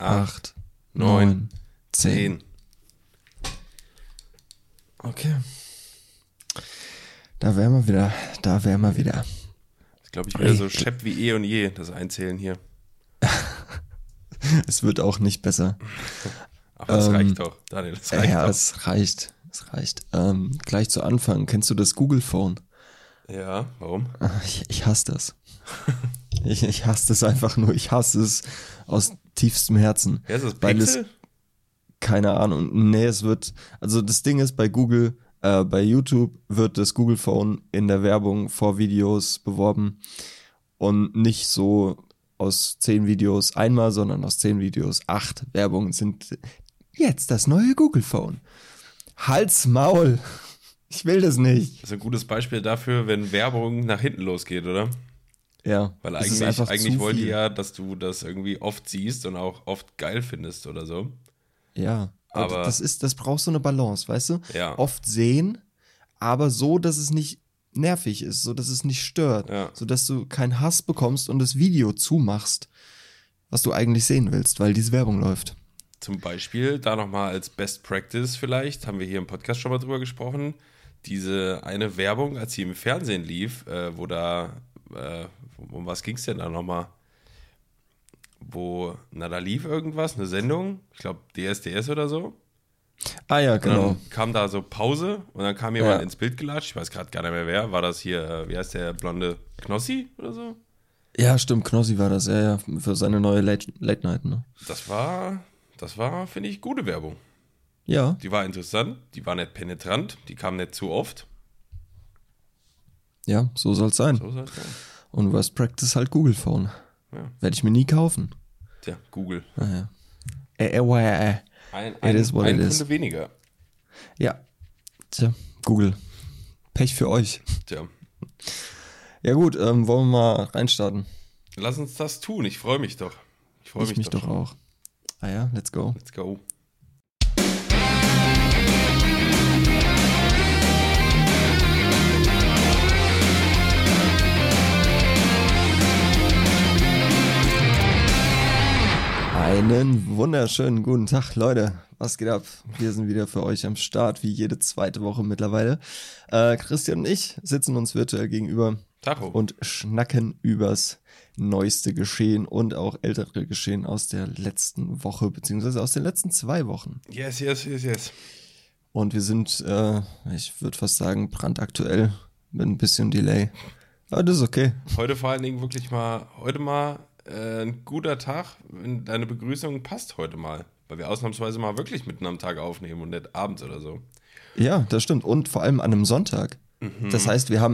8, 9, 9, 10. 10. Okay. Da wären wir wieder. Das ist, glaube ich, wieder so schepp wie eh und je, das Einzählen hier. Es wird auch nicht besser. Aber das reicht doch, Daniel, das reicht Ja, doch. es reicht. Gleich zu Anfang, kennst du das Google Phone? Ja, warum? Ich hasse das. Ich hasse das einfach nur. Ich hasse es aus tiefstem Herzen. Ja, ist das Weil Pixel? Keine Ahnung. Nee, also das Ding ist bei Google, bei YouTube wird das Google Phone in der Werbung vor Videos beworben und nicht so aus 10 Videos einmal, sondern aus 10 Videos 8 Werbungen sind jetzt das neue Google Phone. Halt's Maul. Ich will das nicht. Das ist ein gutes Beispiel dafür, wenn Werbung nach hinten losgeht, oder? Ja. Weil es ist einfach eigentlich zu wollen die viel. ja, dass du das irgendwie oft siehst und auch oft geil findest oder so. Ja, Aber- das braucht so eine Balance, weißt du? Ja. Oft sehen, aber so, dass es nicht nervig ist, so dass es nicht stört, Ja. so dass du keinen Hass bekommst und das Video zumachst, was du eigentlich sehen willst, weil diese Werbung läuft. Zum Beispiel, da nochmal als Best Practice vielleicht, haben wir hier im Podcast schon mal drüber gesprochen, diese eine Werbung, als sie im Fernsehen lief, um was ging es denn da nochmal? Da lief irgendwas, eine Sendung, ich glaube DSDS oder so. Ah ja, Und genau. dann kam da so Pause und dann kam jemand Ja. ins Bild gelatscht, ich weiß gerade gar nicht mehr wer, war das hier, wie heißt der blonde Knossi oder so? Ja, stimmt, Knossi war das, ja, für seine neue Late Night, ne? Das war, finde ich, gute Werbung. Ja, Die war interessant, die war nicht penetrant, die kam nicht zu oft. ja, so soll's sein. So soll es sein. Und Worst Practice halt Google Phone. Ja. Werde ich mir nie kaufen. Tja, Google. Naja. Ein is what it Kunde is. weniger. Ja, tja, Google. Pech für euch. Tja, Ja gut, wollen wir mal reinstarten? lass uns das tun. Ich freue mich doch. Ich freue mich doch schon. auch. Ah ja, let's go. Let's go. Einen wunderschönen guten Tag, Leute. Was geht ab? Wir sind wieder für euch am Start, wie jede zweite Woche mittlerweile. Christian und ich sitzen uns virtuell gegenüber Tacho. und schnacken übers neueste Geschehen und auch ältere Geschehen aus der letzten Woche, beziehungsweise aus den letzten 2 Wochen. Yes. Und wir sind, ich würde fast sagen, brandaktuell mit ein bisschen Delay. Aber das ist okay. Heute vor allen Dingen wirklich mal, ein guter Tag. Deine Begrüßung passt heute mal. Weil wir ausnahmsweise mal wirklich mitten am Tag aufnehmen und nicht abends oder so. Ja, das stimmt. Und vor allem an einem Sonntag. Das heißt, wir haben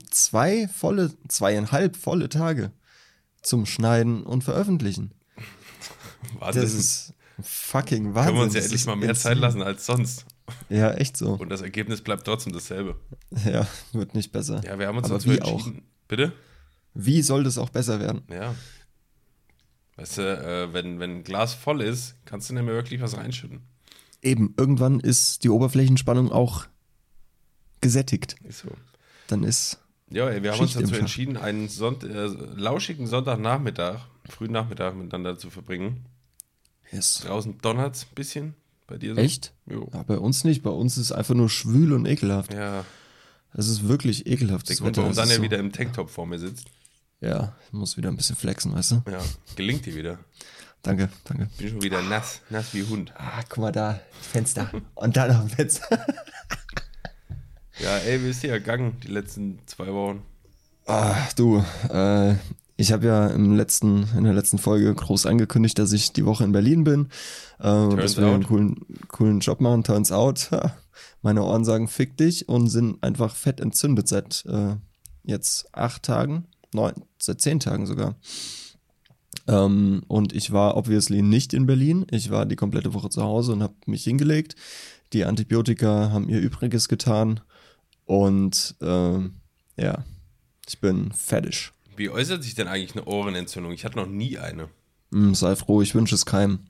2,5 volle Tage zum Schneiden und Veröffentlichen. Wahnsinn. Das ist fucking Wahnsinn. Können wir uns ja Das endlich ist mal mehr insane. Zeit lassen als sonst. Ja, echt so. Und das Ergebnis bleibt trotzdem dasselbe. Ja, wird nicht besser. Ja, wir haben uns Aber dazu wie entschieden. Bitte? Wie soll das auch besser werden? Ja. Weißt du, wenn ein Glas voll ist, kannst du nicht mehr wirklich was reinschütten. Eben, irgendwann ist die Oberflächenspannung auch gesättigt. Ist so. Dann ist Ja, ey, wir haben uns Schicht im dazu Schacht. entschieden, einen lauschigen Sonntagnachmittag, frühen Nachmittag miteinander zu verbringen. es Draußen donnert's ein bisschen bei dir so. echt? Jo. Ja, bei uns nicht. Bei uns ist es einfach nur schwül und ekelhaft. Ja, Es ist wirklich ekelhaft. der Das Grund, Wetter. warum Es dann ist ja so, wieder im Tanktop vor mir sitzt. Ja, ich muss wieder ein bisschen flexen, weißt du? Ja, gelingt dir wieder. Danke. Bin schon wieder nass wie Hund. Ah, guck mal da, Fenster. Und da noch ein Fenster. Ja, ey, wie ist dir ergangen die letzten 2 Wochen? Ah, du, ich habe ja in der letzten Folge groß angekündigt, dass ich die Woche in Berlin bin. Dass wir einen coolen Job machen. Turns out, meine Ohren sagen fick dich und sind einfach fett entzündet seit jetzt 8 Tagen. Seit 10 Tagen sogar. Und ich war obviously nicht in Berlin. Ich war die komplette Woche zu Hause und habe mich hingelegt. Die Antibiotika haben ihr Übriges getan. Und ja, ich bin fertig. Wie äußert sich denn eigentlich eine Ohrenentzündung? Ich hatte noch nie eine. Sei froh, ich wünsche es keinem.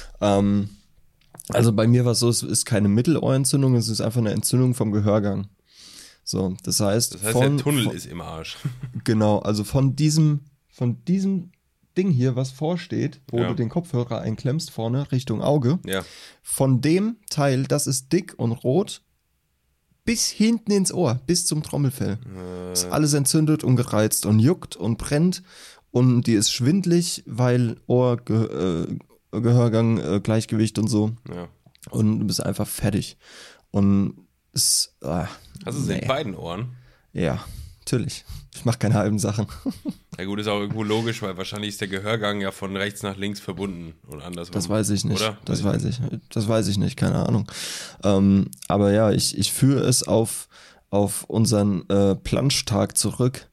Also bei mir war es so, es ist keine Mittelohrentzündung, es ist einfach eine Entzündung vom Gehörgang. So, das heißt Der Tunnel ist im Arsch. Genau, also von diesem Ding hier, was vorsteht, wo du den Kopfhörer einklemmst, vorne Richtung Auge. Ja. Von dem Teil, das ist dick und rot, bis hinten ins Ohr, bis zum Trommelfell. Ist alles entzündet und gereizt und juckt und brennt und die ist schwindlig, weil Gehörgang, Gleichgewicht und so. Ja. Und du bist einfach fertig. Und es. Hast du es in beiden Ohren? Ja, natürlich. Ich mache keine halben Sachen. Ja gut, ist auch irgendwo logisch, weil wahrscheinlich ist der Gehörgang ja von rechts nach links verbunden und andersrum. Das weiß ich nicht. Oder? Das weiß ich nicht, keine Ahnung. Aber ja, ich führe es auf unseren Planschtag zurück.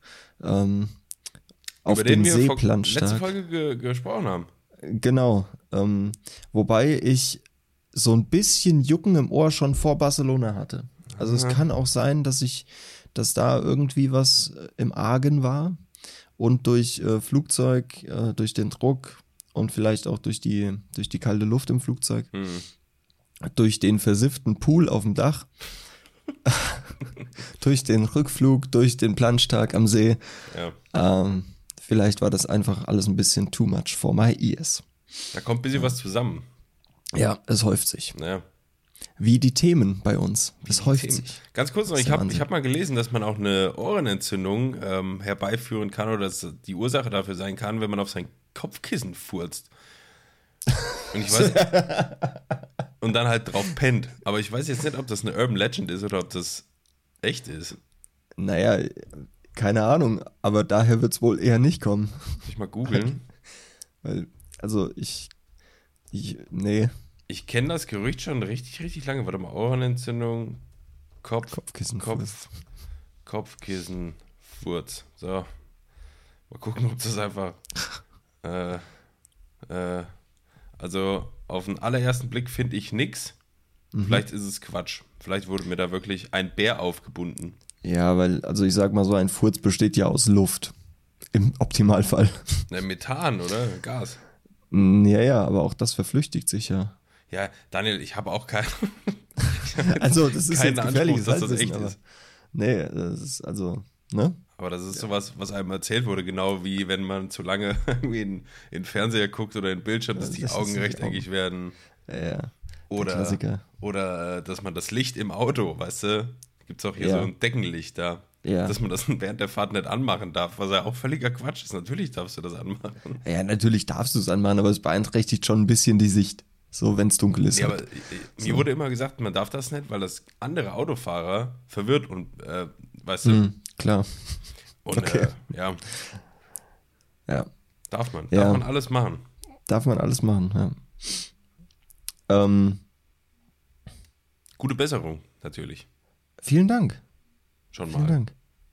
Auf Über den den wir Seeplanschtag. letzte Folge gesprochen haben. Genau. Wobei ich so ein bisschen Jucken im Ohr schon vor Barcelona hatte. Also es kann auch sein, dass da irgendwie was im Argen war und durch Flugzeug, durch den Druck und vielleicht auch durch die kalte Luft im Flugzeug, durch den versifften Pool auf dem Dach, durch den Rückflug, durch den Planschtag am See. Ja. Vielleicht war das einfach alles ein bisschen too much for my ears. Da kommt ein bisschen was zusammen. Ja, es häuft sich. Ja. Wie die Themen bei uns. Es häuft sich. Ganz kurz noch, ich hab mal gelesen, dass man auch eine Ohrenentzündung herbeiführen kann oder dass die Ursache dafür sein kann, wenn man auf sein Kopfkissen furzt. Und ich weiß und dann halt drauf pennt. Aber ich weiß jetzt nicht, ob das eine Urban Legend ist oder ob das echt ist. Naja, keine Ahnung, aber daher wird es wohl eher nicht kommen. Soll ich mal googeln? Also nee. Ich kenne das Gerücht schon richtig, richtig lange. Warte mal, Ohrenentzündung, Kopfkissen, Kopfkissen, Furz. So, mal gucken, ob das einfach also auf den allerersten Blick finde ich nix. Vielleicht ist es Quatsch. Vielleicht wurde mir da wirklich ein Bär aufgebunden. Ja, also ich sag mal so, ein Furz besteht ja aus Luft. Im Optimalfall. Methan, oder? Gas. Ja, aber auch das verflüchtigt sich ja. Ja, Daniel, ich habe auch also, das ist jetzt gefährliches dass das Halbwissen, echt ist. Nee, das ist also, ne? Aber das ist sowas, was einem erzählt wurde, genau wie wenn man zu lange irgendwie in Fernseher guckt oder in Bildschirm, dass die Augen rechteckig werden. Ja, oder dass man das Licht im Auto, weißt du, gibt es auch hier so ein Deckenlicht da, dass man das während der Fahrt nicht anmachen darf, was ja auch völliger Quatsch ist. Natürlich darfst du das anmachen. Ja, natürlich darfst du es anmachen, aber es beeinträchtigt schon ein bisschen die Sicht. So, wenn es dunkel ist. Ja, aber mir wurde immer gesagt, man darf das nicht, weil das andere Autofahrer verwirrt und, weißt du. Klar. Und, okay. Ja. Darf man. Ja. Darf man alles machen. Darf man alles machen, ja. Gute Besserung, natürlich. Vielen Dank. Schon mal. Vielen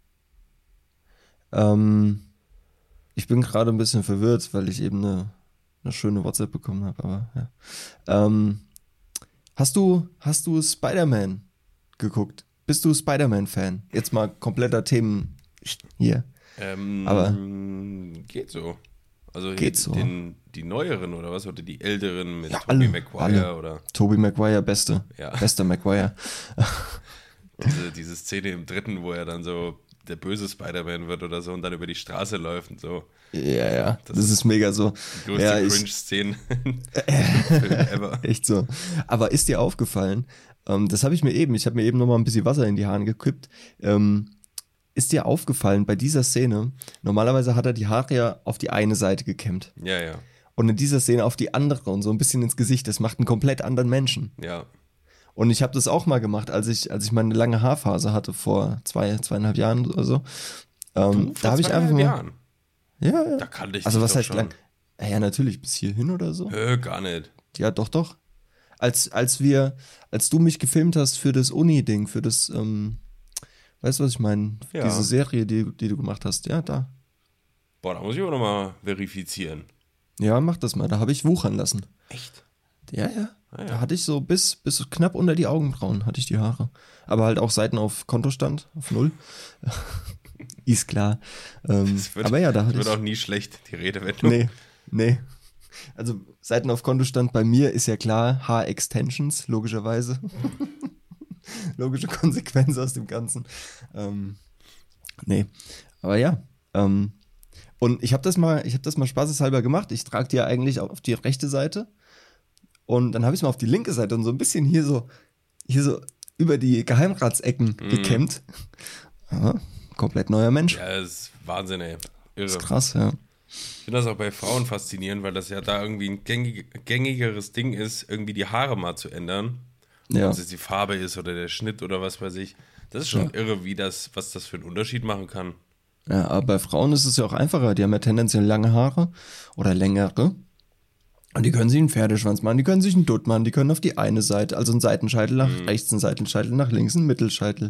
Dank. Ich bin gerade ein bisschen verwirrt, weil ich eben eine schöne WhatsApp bekommen habe, aber ja. Hast du Spider-Man geguckt? Bist du Spider-Man-Fan? Jetzt mal kompletter Themen hier. Aber geht so. Also geht so. Die neueren oder was? Oder die älteren mit ja, Tobey Maguire oder. Tobey Maguire, bester Maguire. Diese Szene im dritten, wo er dann so der böse Spider-Man wird oder so und dann über die Straße läuft und so. Ja, das ist mega so. Die größte Cringe-Szene im Film ever. Echt so. Aber ist dir aufgefallen, ich habe mir eben noch mal ein bisschen Wasser in die Haare gekippt, ist dir aufgefallen, bei dieser Szene, normalerweise hat er die Haare ja auf die eine Seite gekämmt. Ja, ja. Und in dieser Szene auf die andere und so ein bisschen ins Gesicht. Das macht einen komplett anderen Menschen. Ja. Und ich habe das auch mal gemacht, als ich meine lange Haarphase hatte, vor 2,5 Jahren oder so. Da habe ich einfach mal... Jahren? Ja. Da kannte ich also was doch heißt schon. lang? Ja, natürlich, bis hierhin oder so. Gar nicht. Ja, doch. Als du mich gefilmt hast für das Uni-Ding, für das, weißt du, was ich meine? Ja. Diese Serie, die du gemacht hast, ja, da. Boah, da muss ich auch nochmal verifizieren. Ja, mach das mal, da habe ich wuchern lassen. Echt? Ja. Ah, ja. Da hatte ich so bis knapp unter die Augenbrauen hatte ich die Haare. Aber halt auch Seiten auf Kontostand, auf 0. Ist klar. Aber ja, da hatte ich... wird auch nie schlecht, die Redewendung. Nee. Also Seiten auf Kontostand bei mir ist ja klar, Haar-Extensions, logischerweise. Logische Konsequenz aus dem Ganzen. Nee. Aber ja, Und ich habe das mal spaßeshalber gemacht. Ich trage die ja eigentlich auf die rechte Seite. Und dann habe ich es mal auf die linke Seite und so ein bisschen hier so über die Geheimratsecken gekämmt. Ja, komplett neuer Mensch. Ja, das ist Wahnsinn, ey. Irre. Das ist krass, ja. Ich finde das auch bei Frauen faszinierend, weil das ja da irgendwie ein gängigeres Ding ist, irgendwie die Haare mal zu ändern. Ja. Ob es jetzt die Farbe ist oder der Schnitt oder was weiß ich. Das ist schon irre, was das für einen Unterschied machen kann. Ja, aber bei Frauen ist es ja auch einfacher. Die haben ja tendenziell lange Haare oder längere. Und die können sich einen Pferdeschwanz machen, die können sich einen Dutt machen, die können auf die eine Seite, also einen Seitenscheitel nach rechts, einen Seitenscheitel nach links, einen Mittelscheitel.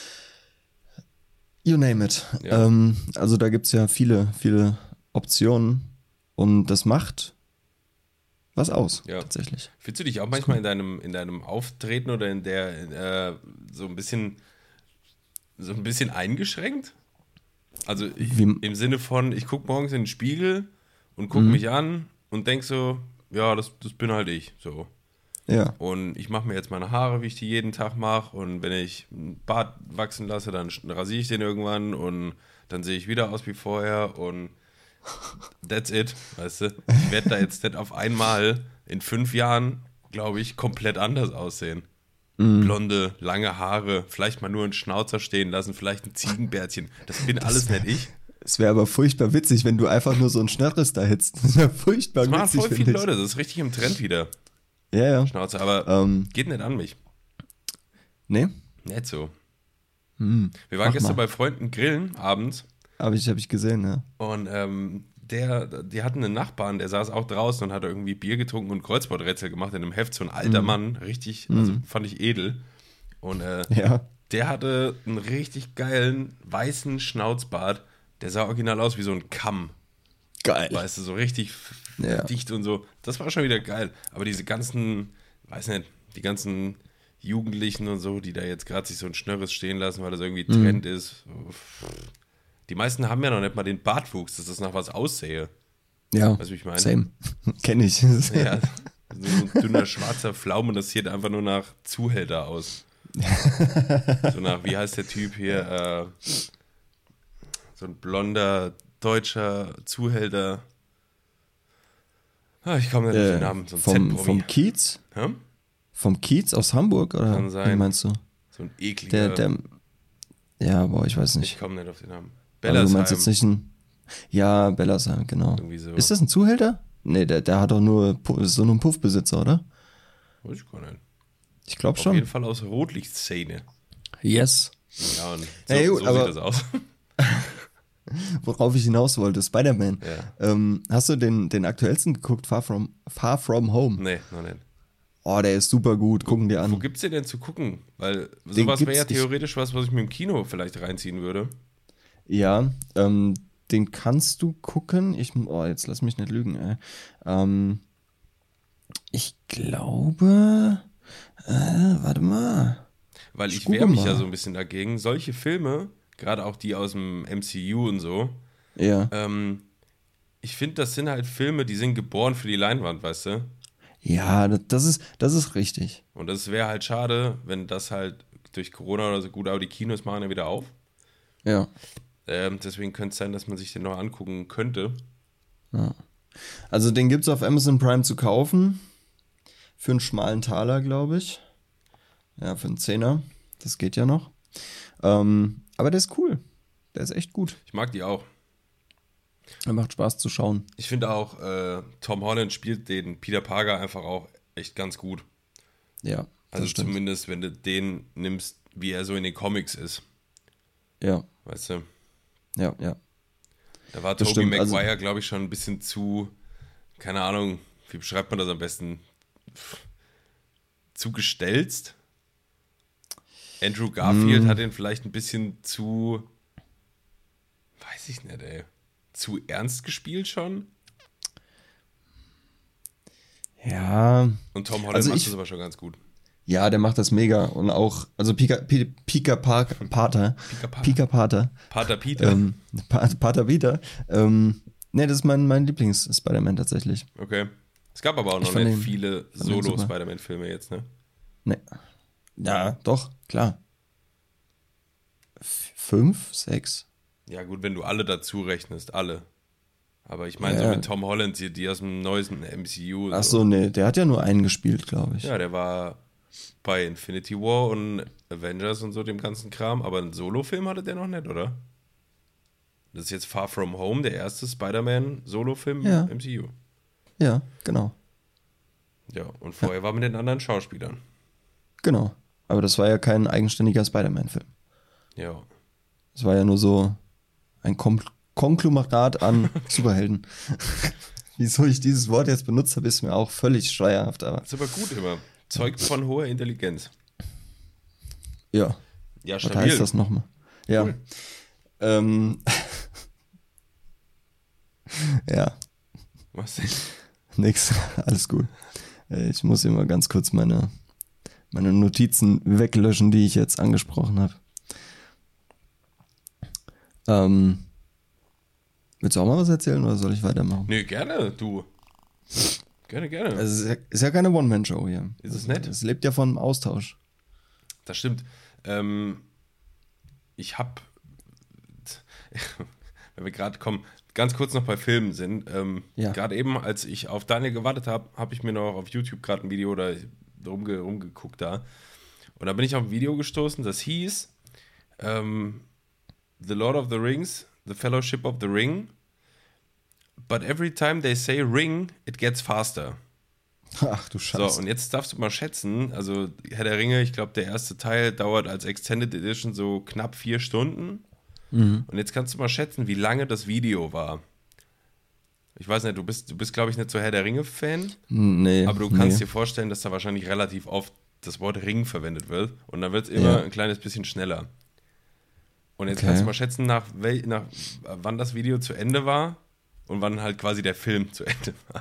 You name it. Ja. Also da gibt's ja viele Optionen und das macht was aus, Ja. tatsächlich. Fühlst du dich auch manchmal in deinem Auftreten oder in der so ein bisschen eingeschränkt? Also im Sinne von, ich gucke morgens in den Spiegel und gucke mich an und denk so, ja, das bin halt ich. So. Ja. Und ich mache mir jetzt meine Haare, wie ich die jeden Tag mache. Und wenn ich einen Bart wachsen lasse, dann rasiere ich den irgendwann und dann sehe ich wieder aus wie vorher und that's it, weißt du? Ich werde da jetzt nicht auf einmal in 5 Jahren, glaube ich, komplett anders aussehen. Blonde, lange Haare, vielleicht mal nur einen Schnauzer stehen lassen, vielleicht ein Ziegenbärtchen. Das bin alles nicht ich. Es wäre aber furchtbar witzig, wenn du einfach nur so ein Schnörres da hättest. Das wäre furchtbar Das machen witzig, voll finde viele ich. Leute, das ist richtig im Trend wieder. Ja, ja. Schnauze, aber geht nicht an mich. Nee, Nicht so. Wir waren gestern bei Freunden grillen abends hab ich gesehen, ja. und die hatten einen Nachbarn, der saß auch draußen und hat irgendwie Bier getrunken und Kreuzworträtsel gemacht in einem Heft, so ein alter Mann, richtig, also fand ich edel. Und Ja. der hatte einen richtig geilen, weißen Schnauzbart, der sah original aus wie so ein Kamm, Geil. weißt du, so richtig Ja. dicht und so. Das war schon wieder geil. Aber diese ganzen, weiß nicht, die ganzen Jugendlichen und so, die da jetzt gerade sich so ein Schnörres stehen lassen, weil das irgendwie Trend ist. Die meisten haben ja noch nicht mal den Bartwuchs, dass das nach was aussähe. Ja, Weißt du, wie ich meine? same. Kenn ich. Ja, so ein dünner, schwarzer Pflaumen, das sieht einfach nur nach Zuhälter aus. So nach, wie heißt der Typ hier? So ein blonder, deutscher Zuhälter. Ich komme nicht auf den Namen. So ein Z-Promi. Vom Kiez? Hä? Vom Kiez aus Hamburg? Oder Kann sein. wie meinst du? So ein ekliger. Ja, boah, ich weiß ich nicht. komme nicht auf den Namen. Also du meinst jetzt Bellersheim. nicht ein. Ja, Bellersheim, genau. Irgendwie so. Ist das ein Zuhälter? Nee, der hat doch nur, ist so nur ein Puffbesitzer, oder? Weiß ich gar nicht. Ich glaube Auf schon. jeden Fall aus Rotlichtszene. Yes. Ja, und so, Hey, gut, so aber- sieht das aus. Worauf ich hinaus wollte, Spider-Man. Ja. Hast du den aktuellsten geguckt, Far From Home? Nee, noch nicht. Oh, der ist super gut, gucken dir Wo an. gibt's den denn zu gucken? Weil Den sowas wäre ja gibt's- ich- theoretisch was ich mir im Kino vielleicht reinziehen würde. Ja, den kannst du gucken. Jetzt lass mich nicht lügen, ey. Ich glaube, warte mal. Weil ich gucke wehre mich mal. ja so ein bisschen dagegen. Solche Filme, gerade auch die aus dem MCU und so, Ja. ich finde, das sind halt Filme, die sind geboren für die Leinwand, weißt du? Ja, das ist richtig. Und das wäre halt schade, wenn das halt durch Corona oder so, gut, aber die Kinos machen ja wieder auf. Ja. Deswegen könnte es sein, dass man sich den noch angucken könnte. Also den gibt's auf Amazon Prime zu kaufen. Für einen schmalen Taler, glaube ich. Ja, für einen Zehner. Das geht ja noch. Aber der ist cool. Der ist echt gut. Ich mag die auch. Er macht Spaß zu schauen. Ich finde auch, Tom Holland spielt den Peter Parker einfach auch echt ganz gut. Ja, das Also stimmt. zumindest, wenn du den nimmst, wie er so in den Comics ist. Ja, Weißt du? ja, ja. Da war Das Tobey stimmt, also- Maguire, glaube ich, schon ein bisschen zu, keine Ahnung, wie beschreibt man das am besten? Zu gestelzt. Andrew Garfield hat ihn vielleicht ein bisschen zu, weiß ich nicht, ey, zu ernst gespielt schon. Ja, Und Tom Holland Also macht ich- das aber schon ganz gut. ja, der macht das mega. Und auch, also Pater, Pater Peter. Pater Peter. Ne, das ist mein Lieblings-Spider-Man tatsächlich. Okay. Es gab aber auch noch fand nicht den- viele fand den super. Solo-Spider-Man-Filme jetzt, ne? Ne. Ja, doch, klar. 5, 6. Ja, gut, wenn du alle dazu rechnest, alle. Aber ich meine so mit Tom Holland, die aus dem neuesten MCU. Ach so, nee, der hat ja nur einen gespielt, glaube ich. Ja, der war bei Infinity War und Avengers und so dem ganzen Kram, aber einen Solo-Film hatte der noch nicht, oder? Das ist jetzt Far From Home, der erste Spider-Man-Solo-Film im MCU. Ja, genau. Ja, und vorher war mit den anderen Schauspielern. Genau. Aber das war ja kein eigenständiger Spider-Man-Film. Ja. Das war ja nur so ein Konglomerat an Superhelden. Wieso ich dieses Wort jetzt benutzt habe, ist mir auch völlig schleierhaft. Aber ist aber gut immer. Zeugt von hoher Intelligenz. Ja. Ja, stabil. Was heißt das nochmal? Ja. Cool. Ja. Was denn? Nix, alles gut. Ich muss hier mal ganz kurz meine Notizen weglöschen, die ich jetzt angesprochen habe. Willst du auch mal was erzählen oder soll ich weitermachen? Nee, gerne, du. Gerne. Also es ist ja keine One-Man-Show hier. Ist es nett? Es lebt ja von Austausch. Das stimmt. Ich habe, wenn wir gerade ganz kurz noch bei Filmen sind, gerade eben, als ich auf Daniel gewartet habe, habe ich mir noch auf YouTube gerade ein Video oder rumgeguckt da. Und da bin ich auf ein Video gestoßen, das hieß The Lord of the Rings, The Fellowship of the Ring, but every time they say Ring, it gets faster. Ach du Scheiße. So, und jetzt darfst du mal schätzen, also Herr der Ringe, ich glaube, der erste Teil dauert als Extended Edition so knapp 4 Stunden. Und jetzt kannst du mal schätzen, wie lange das Video war. Ich weiß nicht, du bist glaube ich, nicht so Herr der Ringe-Fan. Nee. Aber du kannst dir vorstellen, dass da wahrscheinlich relativ oft das Wort Ring verwendet wird. Und dann wird es immer ein kleines bisschen schneller. Und jetzt kannst du mal schätzen, nach wann das Video zu Ende war und wann halt quasi der Film zu Ende war.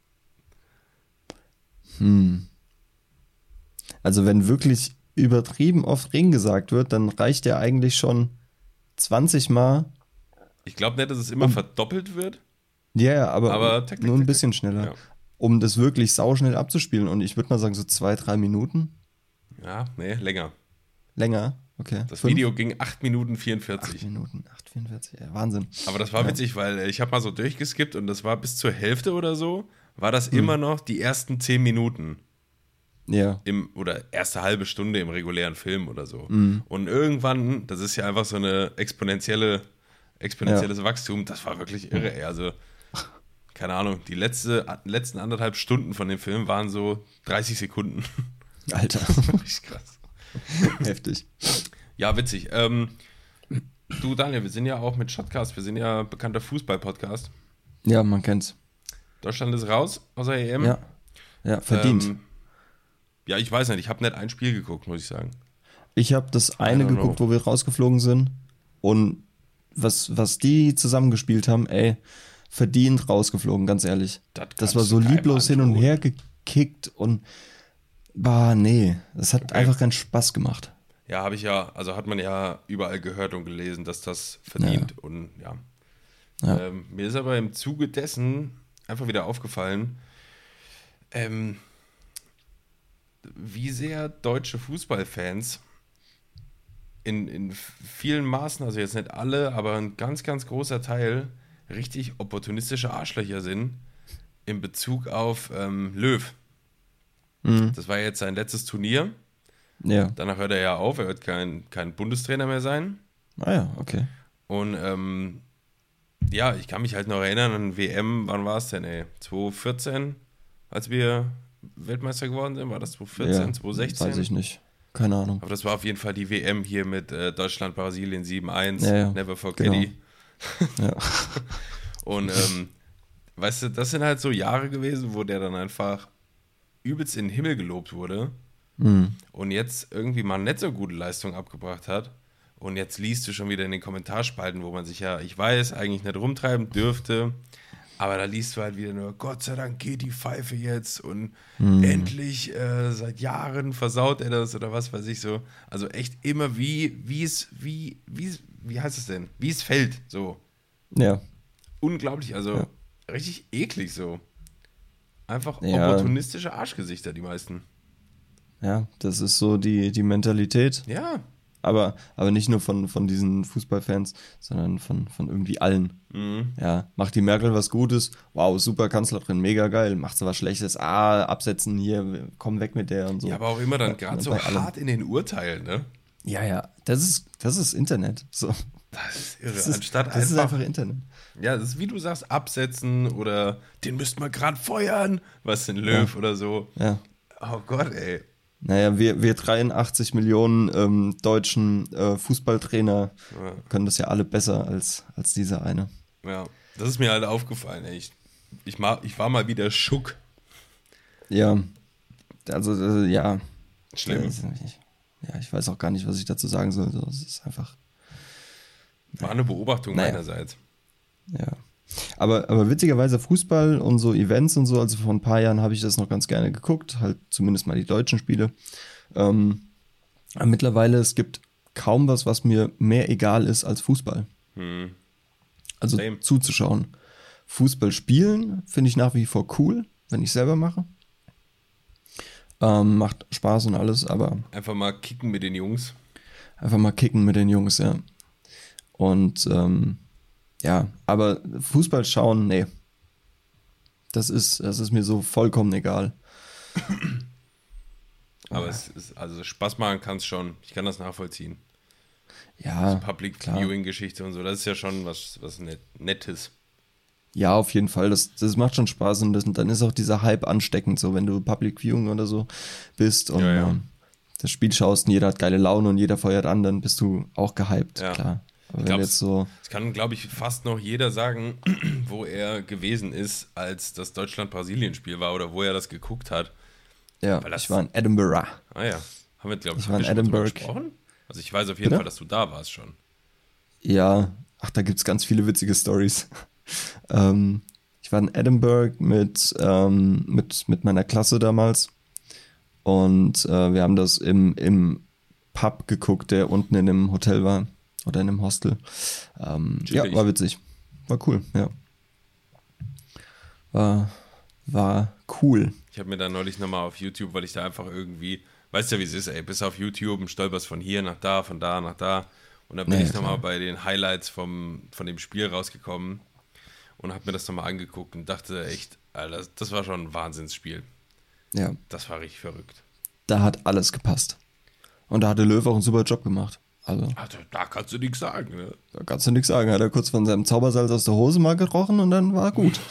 Also wenn wirklich übertrieben oft Ring gesagt wird, dann reicht ja eigentlich schon 20 Mal. Ich glaube nicht, dass es immer verdoppelt wird. Ja, aber nur ein bisschen schneller. Ja. Um das wirklich sauschnell abzuspielen. Und ich würde mal sagen so 2-3 Minuten. Ja, nee, länger. Länger? Okay. Das Video ging 8 Minuten 44. 8 Minuten, 8,44. Ja, Wahnsinn. Aber das war witzig, weil ich habe mal so durchgeskippt und das war bis zur Hälfte oder so, war das immer noch die ersten 10 Minuten. Ja. Oder erste halbe Stunde im regulären Film oder so. Und irgendwann, das ist ja einfach so eine exponentielles Wachstum, das war wirklich irre. Ey. Also, keine Ahnung, die letzten 1,5 Stunden von dem Film waren so 30 Sekunden. Alter. Das war richtig krass. Heftig. Ja, witzig. Du, Daniel, wir sind ja auch mit Shotcast, wir sind ja bekannter Fußball-Podcast. Ja, man kennt's. Deutschland ist raus aus der EM. Ja, verdient. Ja, ich weiß nicht, ich habe nicht ein Spiel geguckt, muss ich sagen. Ich habe das eine geguckt, wo wir rausgeflogen sind und was die zusammengespielt haben, verdient rausgeflogen, ganz ehrlich. Das war so lieblos hin und her gekickt und das hat einfach keinen Spaß gemacht. Ja, hat man ja überall gehört und gelesen, dass das verdient und mir ist aber im Zuge dessen einfach wieder aufgefallen, wie sehr deutsche Fußballfans in vielen Maßen, also jetzt nicht alle, aber ein ganz, ganz großer Teil richtig opportunistische Arschlöcher sind in Bezug auf Löw. Das war jetzt sein letztes Turnier. Ja. Danach hört er ja auf, er wird kein Bundestrainer mehr sein. Ah ja, okay. Und ich kann mich halt noch erinnern an WM, wann war es denn, 2014, als wir Weltmeister geworden sind, war das 2014, 2016? Weiß ich nicht, keine Ahnung. Aber das war auf jeden Fall die WM hier mit Deutschland, Brasilien 7-1, Never Forget it. Ja. Und weißt du, das sind halt so Jahre gewesen, wo der dann einfach übelst in den Himmel gelobt wurde und jetzt irgendwie mal nicht so gute Leistung abgebracht hat. Und jetzt liest du schon wieder in den Kommentarspalten, wo man sich ich weiß, eigentlich nicht rumtreiben dürfte, aber da liest du halt wieder nur, Gott sei Dank geht die Pfeife jetzt und endlich seit Jahren versaut er das oder was weiß ich so. Also echt immer wie heißt es denn? Wie es fällt, so. Ja. Unglaublich, also richtig eklig so. Einfach opportunistische Arschgesichter, die meisten. Ja, das ist so die Mentalität. Ja. Aber nicht nur von diesen Fußballfans, sondern von irgendwie allen. Ja, macht die Merkel was Gutes, wow, super Kanzlerin, mega geil. Macht sie was Schlechtes, absetzen hier, komm weg mit der und so. Ja, aber auch immer dann gerade so bei allem. hart in den Urteilen, ne? Ja, das ist Internet. So. Das ist irre. Das ist einfach Internet. Ja, das ist wie du sagst, absetzen oder den müssten wir gerade feuern, was denn Löw oder so. Ja. Oh Gott, ey. Naja, wir 83 Millionen deutschen Fußballtrainer können das ja alle besser als dieser eine. Ja, das ist mir halt aufgefallen, ey. Ich war mal wieder schock. Ja, also ja. Schlimm. Ich weiß auch gar nicht, was ich dazu sagen soll. So, es ist einfach. War eine Beobachtung meinerseits. Ja. Aber witzigerweise Fußball und so Events und so, also vor ein paar Jahren habe ich das noch ganz gerne geguckt, halt zumindest mal die deutschen Spiele. Aber mittlerweile, es gibt kaum was mir mehr egal ist als Fußball. Also Same. zuzuschauen. Fußball spielen finde ich nach wie vor cool, wenn ich selber mache. Macht Spaß und alles, aber Einfach mal kicken mit den Jungs. einfach mal kicken mit den Jungs, ja. Und ja, aber Fußball schauen, nee. Das ist mir so vollkommen egal. Aber es ist, also Spaß machen kann es schon. Ich kann das nachvollziehen. Ja, Public klar. Viewing-Geschichte und so, das ist ja schon was Nettes. Ja, auf jeden Fall. Das macht schon Spaß und dann ist auch dieser Hype ansteckend, so wenn du Public Viewing oder so bist und Ja. das Spiel schaust und jeder hat geile Laune und jeder feuert an, dann bist du auch gehypt, Ja. klar. Aber Ich wenn glaub, jetzt so, Es kann, glaube ich, fast noch jeder sagen, wo er gewesen ist, als das Deutschland-Brasilien-Spiel war oder wo er das geguckt hat. ja, weil das- ich war in Edinburgh. Ah ja, haben wir, glaube ich, Ich war in schon mal drüber Edinburgh. gesprochen? Also ich weiß auf jeden Bitte? Fall, dass du da warst schon. Ja, ach, da gibt's ganz viele witzige Stories. Ich war in Edinburgh mit meiner Klasse damals und wir haben das im Pub geguckt, der unten in einem Hotel war oder in einem Hostel. Ja, Chillig. war witzig. War cool, ja. War cool. Ich habe mir da neulich nochmal auf YouTube, weil ich da einfach irgendwie, weißt ja, wie es ist, ey, bis auf YouTube und stolperst von hier nach da, von da nach da. Und dann bin Ja, ich nochmal klar. bei den Highlights von dem Spiel rausgekommen und habe mir das nochmal angeguckt und dachte echt, Alter, das war schon ein Wahnsinnsspiel. Ja, Das war richtig verrückt. da hat alles gepasst. Und da hat der Löw auch einen super Job gemacht. Also, Also, da kannst du nichts sagen, ne? da kannst du nichts sagen. Hat er kurz von seinem Zaubersalz aus der Hose mal gerochen und dann war gut.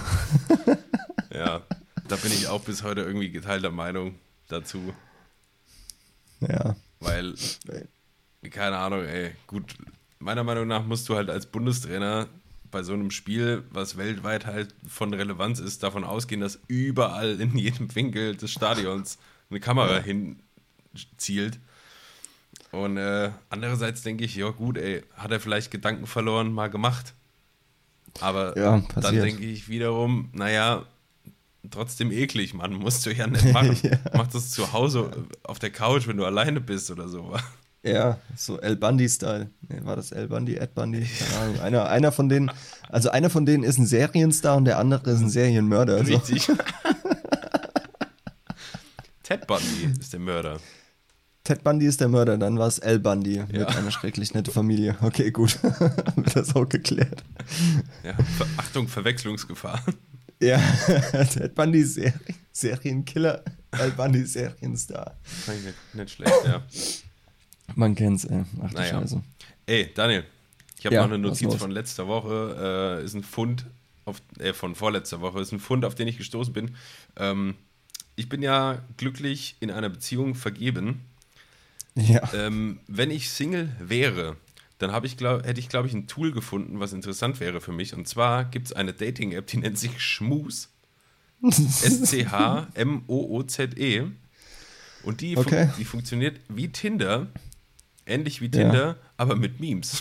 Ja, da bin ich auch bis heute irgendwie geteilter Meinung dazu, Ja. weil, keine Ahnung, ey, gut, meiner Meinung nach musst du halt als Bundestrainer bei so einem Spiel, was weltweit halt von Relevanz ist, davon ausgehen, dass überall in jedem Winkel des Stadions eine Kamera hinzielt. Und andererseits denke ich, ja gut, ey, hat er vielleicht Gedanken verloren, mal gemacht. Aber Ja, dann passiert. denke ich wiederum, naja, trotzdem eklig, Mann, musst du ja nicht machen. Ja. Mach das zu Hause auf der Couch, wenn du alleine bist oder so. Ja, so El Bundy-Style. Nee, war das El Bundy, Ed Bundy? Keine Ahnung. Einer von denen ist ein Serienstar und der andere ist ein Serienmörder. Also. Richtig. Ted Bundy ist der Mörder. Ted Bundy ist der Mörder, dann war es El Bundy Ja. mit einer schrecklich nette Familie. Okay, gut. Haben wir das auch geklärt. Ja, Achtung, Verwechslungsgefahr. Ja, Ted Bundy ist Serienkiller, El Bundy ist Serienstar. Fand ich nicht schlecht, ja. Man kennt's, ey. Ach du Naja. Scheiße. Ey, Daniel, ich habe Ja, noch eine was Notiz los? von letzter Woche, ist ein Fund, von vorletzter Woche, ist ein Fund, auf den ich gestoßen bin. Ich bin ja glücklich in einer Beziehung vergeben. Ja. Wenn ich Single wäre, dann hätte ich, glaube ich, ein Tool gefunden, was interessant wäre für mich. Und zwar gibt es eine Dating-App, die nennt sich Schmooze. SCHMOOZE. Und die, Okay. die funktioniert wie Tinder, ähnlich wie Tinder, aber mit Memes.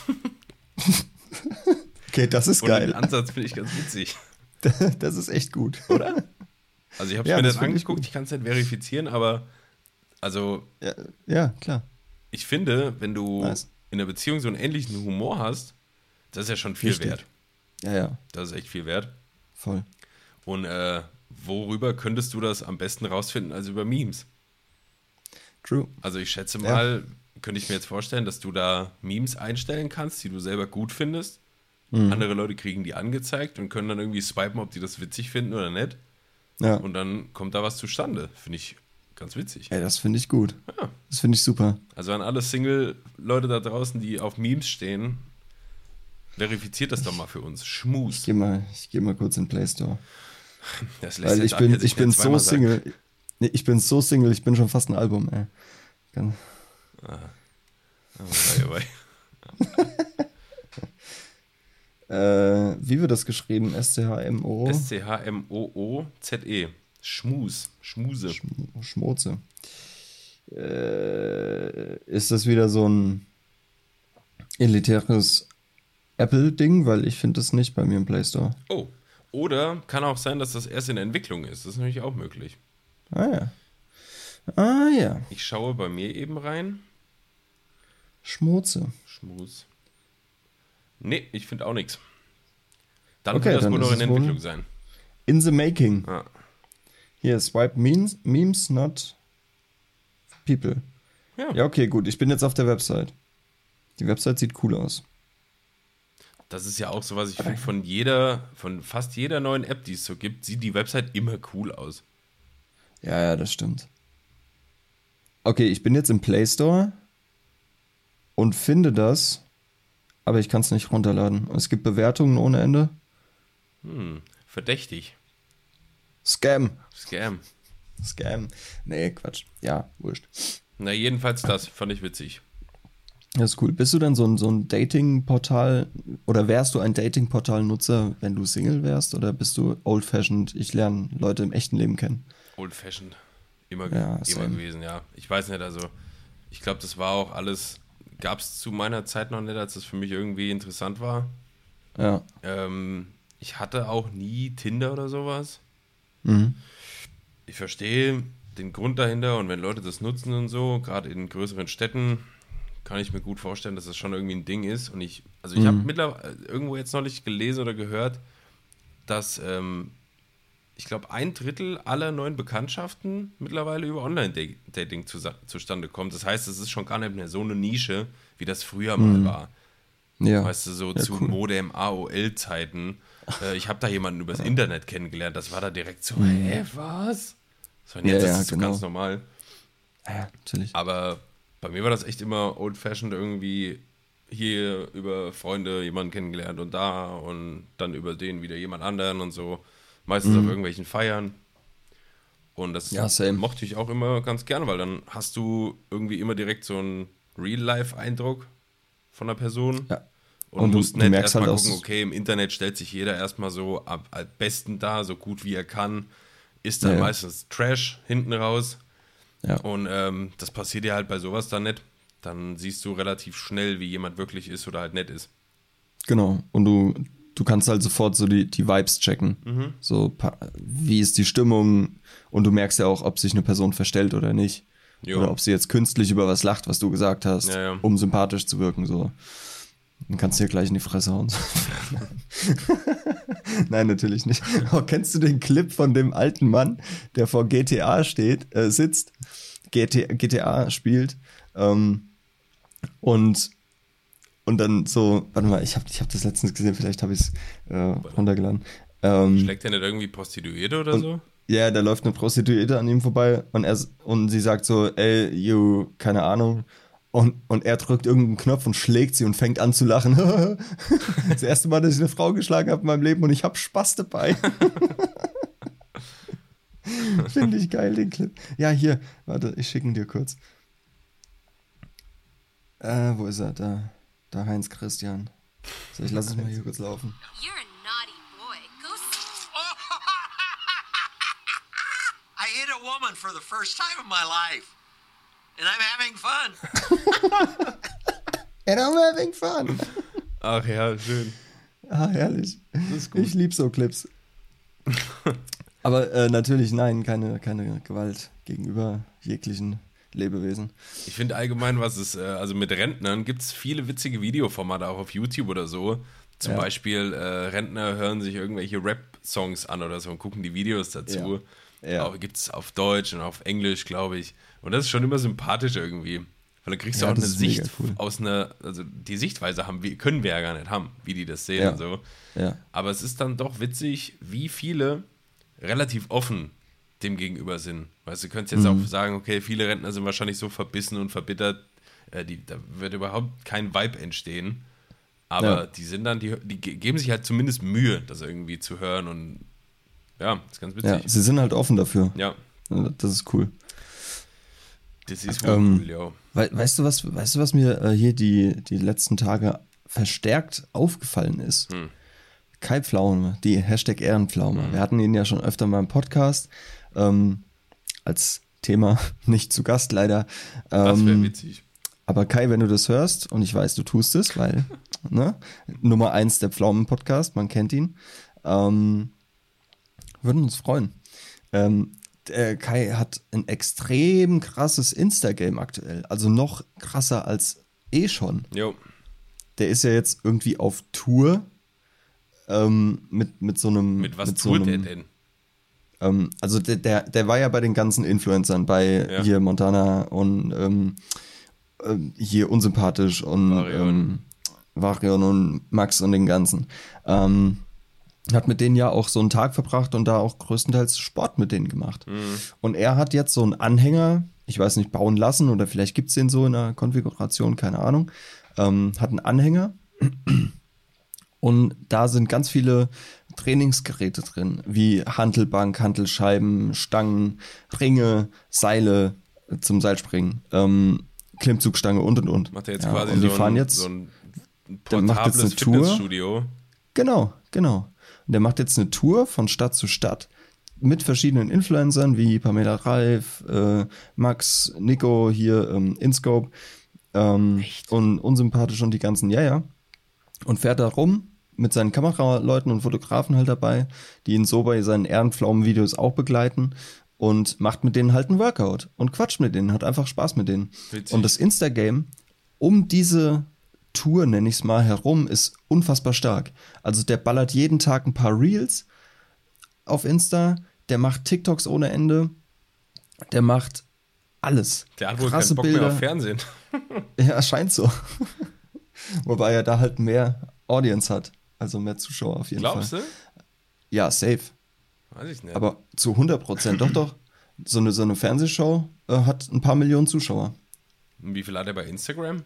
Okay, das ist Und den geil. Ansatz finde ich ganz witzig. Das ist echt gut. Oder? Also ich habe es Ja, mir das nicht find ich angeguckt, gut. ich kann es nicht verifizieren, aber also Ja, klar. ich finde, wenn du Nice. in einer Beziehung so einen ähnlichen Humor hast, das ist ja schon viel Richtig. wert. Ja, Das ist echt viel wert. voll. Und worüber könntest du das am besten rausfinden als über Memes? True. Also ich schätze mal, könnte ich mir jetzt vorstellen, dass du da Memes einstellen kannst, die du selber gut findest. Andere Leute kriegen die angezeigt und können dann irgendwie swipen, ob die das witzig finden oder nicht. Ja. Und dann kommt da was zustande. Finde ich ganz witzig. Ey, das finde ich gut. Ja. Das finde ich super. Also an alle Single-Leute da draußen, die auf Memes stehen, verifiziert das doch mal für uns. Schmus. Ich geh mal kurz in den Play Store. Das lässt Weil der ich Daniel sich bin nicht so zweimal sagen. Single. Nee, ich bin so Single, ich bin schon fast ein Album, ey. Oh, wei, wei. Wie wird das geschrieben? SCHMO? SCHMOOZE. Schmus. Schmuse. Schmurze. Ist das wieder so ein elitäres Apple-Ding? Weil ich finde das nicht bei mir im Play Store. Oh. Oder kann auch sein, dass das erst in der Entwicklung ist. Das ist natürlich auch möglich. Ah ja. Ah ja. Ich schaue bei mir eben rein. Schmurze. Schmus. Nee, ich finde auch nichts. Dann Okay, wird das dann wohl ist noch in es wohl- Entwicklung sein. In the making. Ja. Hier, swipe memes, not people. Ja. Ja, okay, gut. Ich bin jetzt auf der Website. Die Website sieht cool aus. Das ist ja auch so, was ich finde, von fast jeder neuen App, die es so gibt, sieht die Website immer cool aus. Ja, das stimmt. Okay, ich bin jetzt im Play Store und finde das, aber ich kann es nicht runterladen. Es gibt Bewertungen ohne Ende. Verdächtig. Scam. Scam. Nee, Quatsch. Ja, wurscht. Na, jedenfalls das fand ich witzig. Das ist cool. Bist du denn so ein Dating-Portal oder wärst du ein Dating-Portal-Nutzer, wenn du Single wärst? Oder bist du old-fashioned, ich lerne Leute im echten Leben kennen? Old-fashioned. Immer same. gewesen, ja. Ich weiß nicht, also ich glaube, das war auch alles, gab es zu meiner Zeit noch nicht, als das für mich irgendwie interessant war. Ja. Ich hatte auch nie Tinder oder sowas. Mhm. Ich verstehe den Grund dahinter und wenn Leute das nutzen und so, gerade in größeren Städten, kann ich mir gut vorstellen, dass das schon irgendwie ein Ding ist. Und ich habe mittlerweile irgendwo jetzt neulich gelesen oder gehört, dass ich glaube, 1/3 aller neuen Bekanntschaften mittlerweile über Online-Dating zustande kommt. Das heißt, es ist schon gar nicht mehr so eine Nische, wie das früher mal war. Ja. Weißt du, so Ja, zu cool. Modem-AOL-Zeiten. Ich habe da jemanden übers Internet kennengelernt. Das war da direkt so, hä, was? So, und jetzt Ja, ist ja, es so genau. ganz normal. Ja, natürlich. Aber bei mir war das echt immer old-fashioned irgendwie hier über Freunde jemanden kennengelernt und da und dann über den wieder jemand anderen und so. Meistens auf irgendwelchen Feiern. Und das Ja, same. mochte ich auch immer ganz gerne, weil dann hast du irgendwie immer direkt so einen Real-Life-Eindruck von der Person. Ja. Und du musst nicht merkst erstmal halt gucken, aus- okay, im Internet stellt sich jeder erstmal so am besten da, so gut wie er kann. Ist dann Ja. meistens Trash hinten raus. Ja. Und das passiert dir halt bei sowas dann nicht. Dann siehst du relativ schnell, wie jemand wirklich ist oder halt nett ist. Genau. Und du kannst halt sofort so die Vibes checken. So, wie ist die Stimmung? Und du merkst ja auch, ob sich eine Person verstellt oder nicht. Jo. Oder ob sie jetzt künstlich über was lacht, was du gesagt hast, Ja, ja. um sympathisch zu wirken. So. Dann kannst du dir gleich in die Fresse hauen. Nein, natürlich nicht. Oh, kennst du den Clip von dem alten Mann, der vor GTA sitzt, GTA spielt und dann so, warte mal, ich hab das letztens gesehen, vielleicht habe ich es runtergeladen. Schlägt der nicht irgendwie Prostituierte oder so? Ja, da läuft eine Prostituierte an ihm vorbei und sie sagt so, ey, you, keine Ahnung. Und er drückt irgendeinen Knopf und schlägt sie und fängt an zu lachen. Das erste Mal, dass ich eine Frau geschlagen habe in meinem Leben und ich habe Spaß dabei. Finde ich geil, den Clip. Ja, hier, warte, ich schicke ihn dir kurz. Wo ist er? Da Heinz Christian. So, ich lasse es mal hier kurz laufen. You're a naughty boy. Go I hit a woman for the first time in my life. And I'm having fun. And I'm having fun. Ach ja, schön. Ah, herrlich. Das ist gut. Ich liebe so Clips. Aber natürlich, nein, keine Gewalt gegenüber jeglichen Lebewesen. Ich finde allgemein, also mit Rentnern gibt es viele witzige Videoformate, auch auf YouTube oder so. Zum Ja. Beispiel Rentner hören sich irgendwelche Rap-Songs an oder so und gucken die Videos dazu. Ja. Gibt es auf Deutsch und auf Englisch, glaube ich. Und das ist schon immer sympathisch irgendwie. Weil da kriegst du Ja, auch das eine ist mega Sicht cool. aus einer, also die Sichtweise können wir ja gar nicht haben, wie die das sehen Ja. und so. Ja. Aber es ist dann doch witzig, wie viele relativ offen dem gegenüber sind. Weißt du, könntest jetzt auch sagen, okay, viele Rentner sind wahrscheinlich so verbissen und verbittert, da wird überhaupt kein Vibe entstehen. Aber Ja. die sind dann, die geben sich halt zumindest Mühe, das irgendwie zu hören und ja, ist ganz Ja, witzig. sie sind halt offen dafür. Ja, Das ist cool. das ist wohl cool, ja. Weißt du, was mir hier die letzten Tage verstärkt aufgefallen ist? Kai Pflaume, die Hashtag Ehrenpflaume. Wir hatten ihn ja schon öfter mal im Podcast als Thema, nicht zu Gast leider. Das wäre witzig. Aber Kai, wenn du das hörst, und ich weiß, du tust es, weil ne, Nummer 1 der Pflaumen-Podcast, man kennt ihn, würden uns freuen. Der Kai hat ein extrem krasses Insta-Game aktuell, also noch krasser als schon. Jo. Der ist ja jetzt irgendwie auf Tour mit so einem... Mit was so tut einem, er denn? Also der war ja bei den ganzen Influencern, bei Ja. hier Montana und hier Unsympathisch und Varion und Max und den ganzen. Hat mit denen ja auch so einen Tag verbracht und da auch größtenteils Sport mit denen gemacht. Und er hat jetzt so einen Anhänger, ich weiß nicht, bauen lassen oder vielleicht gibt es den so in der Konfiguration, keine Ahnung. Hat einen Anhänger und da sind ganz viele Trainingsgeräte drin, wie Hantelbank, Hantelscheiben, Stangen, Ringe, Seile zum Seilspringen, Klimmzugstange und. Macht er jetzt Ja, quasi und die so, fahren ein, jetzt, so ein der macht jetzt portables eine Tour. Fitnessstudio? Genau. Und der macht jetzt eine Tour von Stadt zu Stadt mit verschiedenen Influencern wie Pamela Reif, Max, Nico hier, InScope und Unsympathisch und die ganzen, ja. Und fährt da rum mit seinen Kameraleuten und Fotografen halt dabei, die ihn so bei seinen Ehrenpflaumen-Videos auch begleiten und macht mit denen halt einen Workout und quatscht mit denen, hat einfach Spaß mit denen. Witzig. Und das Instagame um diese Tour, nenne ich es mal, herum, ist unfassbar stark. Also der ballert jeden Tag ein paar Reels auf Insta, der macht TikToks ohne Ende, der macht alles. Der hat wohl Krasse keinen Bock Bilder. mehr auf Fernsehen. Ja, scheint so. Wobei er da halt mehr Audience hat, also mehr Zuschauer auf jeden Glaubst Fall. du? Ja, safe. Weiß ich nicht. Aber zu 100%, doch. So eine Fernsehshow hat ein paar Millionen Zuschauer. Und wie viel hat er bei Instagram?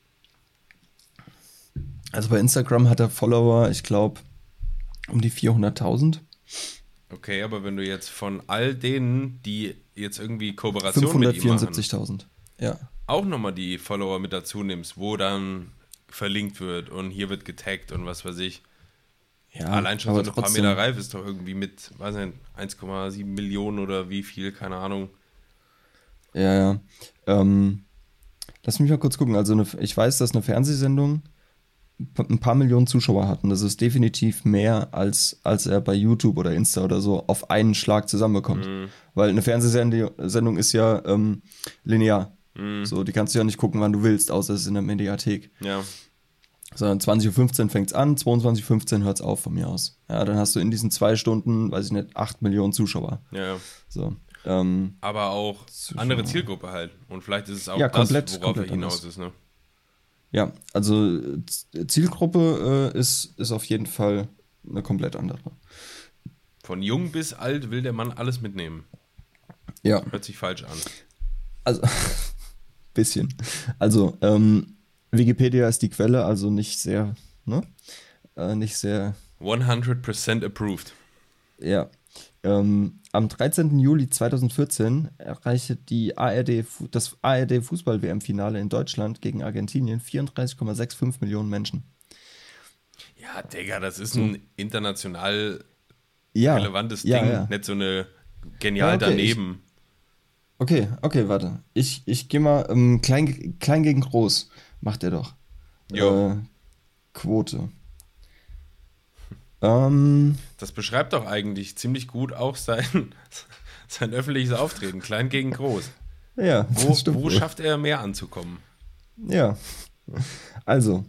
Also bei Instagram hat er Follower, ich glaube, um die 400.000. Okay, aber wenn du jetzt von all denen, die jetzt irgendwie Kooperation mit ihm machen, 574.000. Ja. auch nochmal die Follower mit dazu nimmst, wo dann verlinkt wird und hier wird getaggt und was weiß ich. Ja, Allein schon so aber eine trotzdem. Pamela Reif ist doch irgendwie mit, weiß nicht, 1,7 Millionen oder wie viel, keine Ahnung. Ja. Lass mich mal kurz gucken. Also ich weiß, dass eine Fernsehsendung ein paar Millionen Zuschauer hat. Und das ist definitiv mehr, als er bei YouTube oder Insta oder so auf einen Schlag zusammenbekommt. Weil eine Fernsehsendung ist ja linear. So, die kannst du ja nicht gucken, wann du willst, außer es ist in der Mediathek. Ja, Sondern 20.15 Uhr fängt es an, 22.15 Uhr hört es auf von mir aus. Ja, dann hast du in diesen 2 Stunden, weiß ich nicht, 8 Millionen Zuschauer. ja. So. Aber auch Zuschauer. andere Zielgruppe halt. Und vielleicht ist es auch Ja, das, komplett worauf er anders. hinaus ist, ne? Ja, also Zielgruppe ist auf jeden Fall eine komplett andere. Von jung bis alt will der Mann alles mitnehmen. Ja, Hört sich falsch an. also bisschen. Also Wikipedia ist die Quelle, also nicht sehr, ne? Nicht sehr, 100% approved. ja. Am 13. Juli 2014 erreichte das ARD Fußball-WM-Finale in Deutschland gegen Argentinien 34,65 Millionen Menschen. Ja, Digga, das ist ein international Ja, relevantes ja, Ding, ja. nicht so eine genial Ja, okay, daneben. Okay, warte. Ich gehe mal klein gegen groß. Macht er doch. Jo. Quote. Das beschreibt doch eigentlich ziemlich gut auch sein öffentliches Auftreten, klein gegen groß. Ja, Wo, das stimmt wo wohl. schafft er mehr anzukommen? Ja. Also,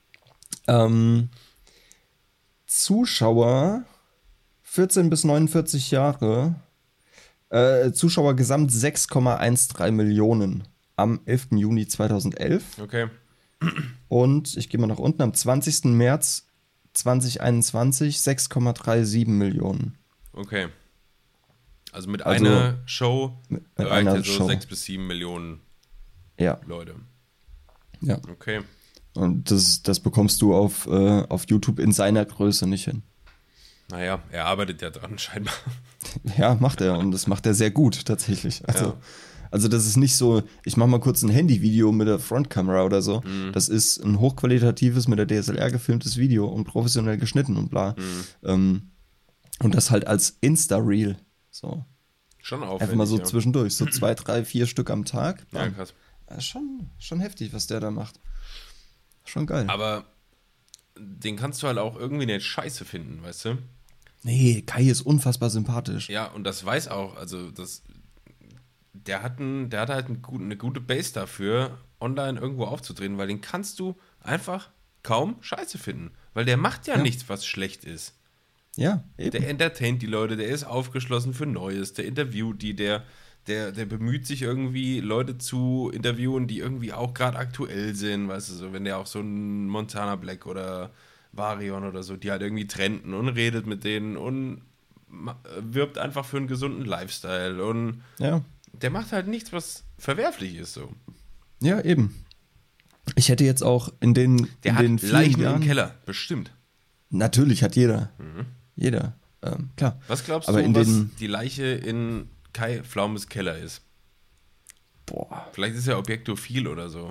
Zuschauer 14 bis 49 Jahre, Zuschauer gesamt 6,13 Millionen. am 11. Juni 2011. Okay. Und ich gehe mal nach unten, am 20. März 2021 6,37 Millionen. Okay. Also mit Also einer Show mit erreicht einer er so Show. 6 bis 7 Millionen Ja, Leute. ja. Okay. Und das bekommst du auf YouTube in seiner Größe nicht hin. Naja, er arbeitet ja dran scheinbar. Ja, macht er. Und das macht er sehr gut, tatsächlich. Also, Ja. also das ist nicht so, ich mache mal kurz ein Handyvideo mit der Frontkamera oder so. Das ist ein hochqualitatives, mit der DSLR gefilmtes Video und professionell geschnitten und bla. Und das halt als Insta-Reel. So. Schon aufwendig. Einfach mal so ja. zwischendurch. So 2, 3, 4 Stück am Tag. Ja, Bam. krass. Ja, schon heftig, was der da macht. Schon geil. Aber den kannst du halt auch irgendwie nicht scheiße finden, weißt du? Nee, Kai ist unfassbar sympathisch. Ja, und das weiß auch, also der hat halt eine gute Base dafür, online irgendwo aufzutreten, weil den kannst du einfach kaum scheiße finden. Weil der macht ja nichts, was schlecht ist. Ja, eben. Der entertaint die Leute, der ist aufgeschlossen für Neues, der interviewt die, der bemüht sich irgendwie, Leute zu interviewen, die irgendwie auch gerade aktuell sind, weißt du, so, wenn der auch so ein Montana Black oder Varion oder so, die halt irgendwie trenden und redet mit denen und wirbt einfach für einen gesunden Lifestyle und Ja. der macht halt nichts, was verwerflich ist, so. Ja, eben. Ich hätte jetzt auch in den Der in den hat vielen Leichen Jahren, im Keller, bestimmt. Natürlich hat jeder. Jeder. Klar. Was glaubst Aber du, in was den, die Leiche in Kai Pflaumes Keller ist? boah, Vielleicht ist er objektophil oder so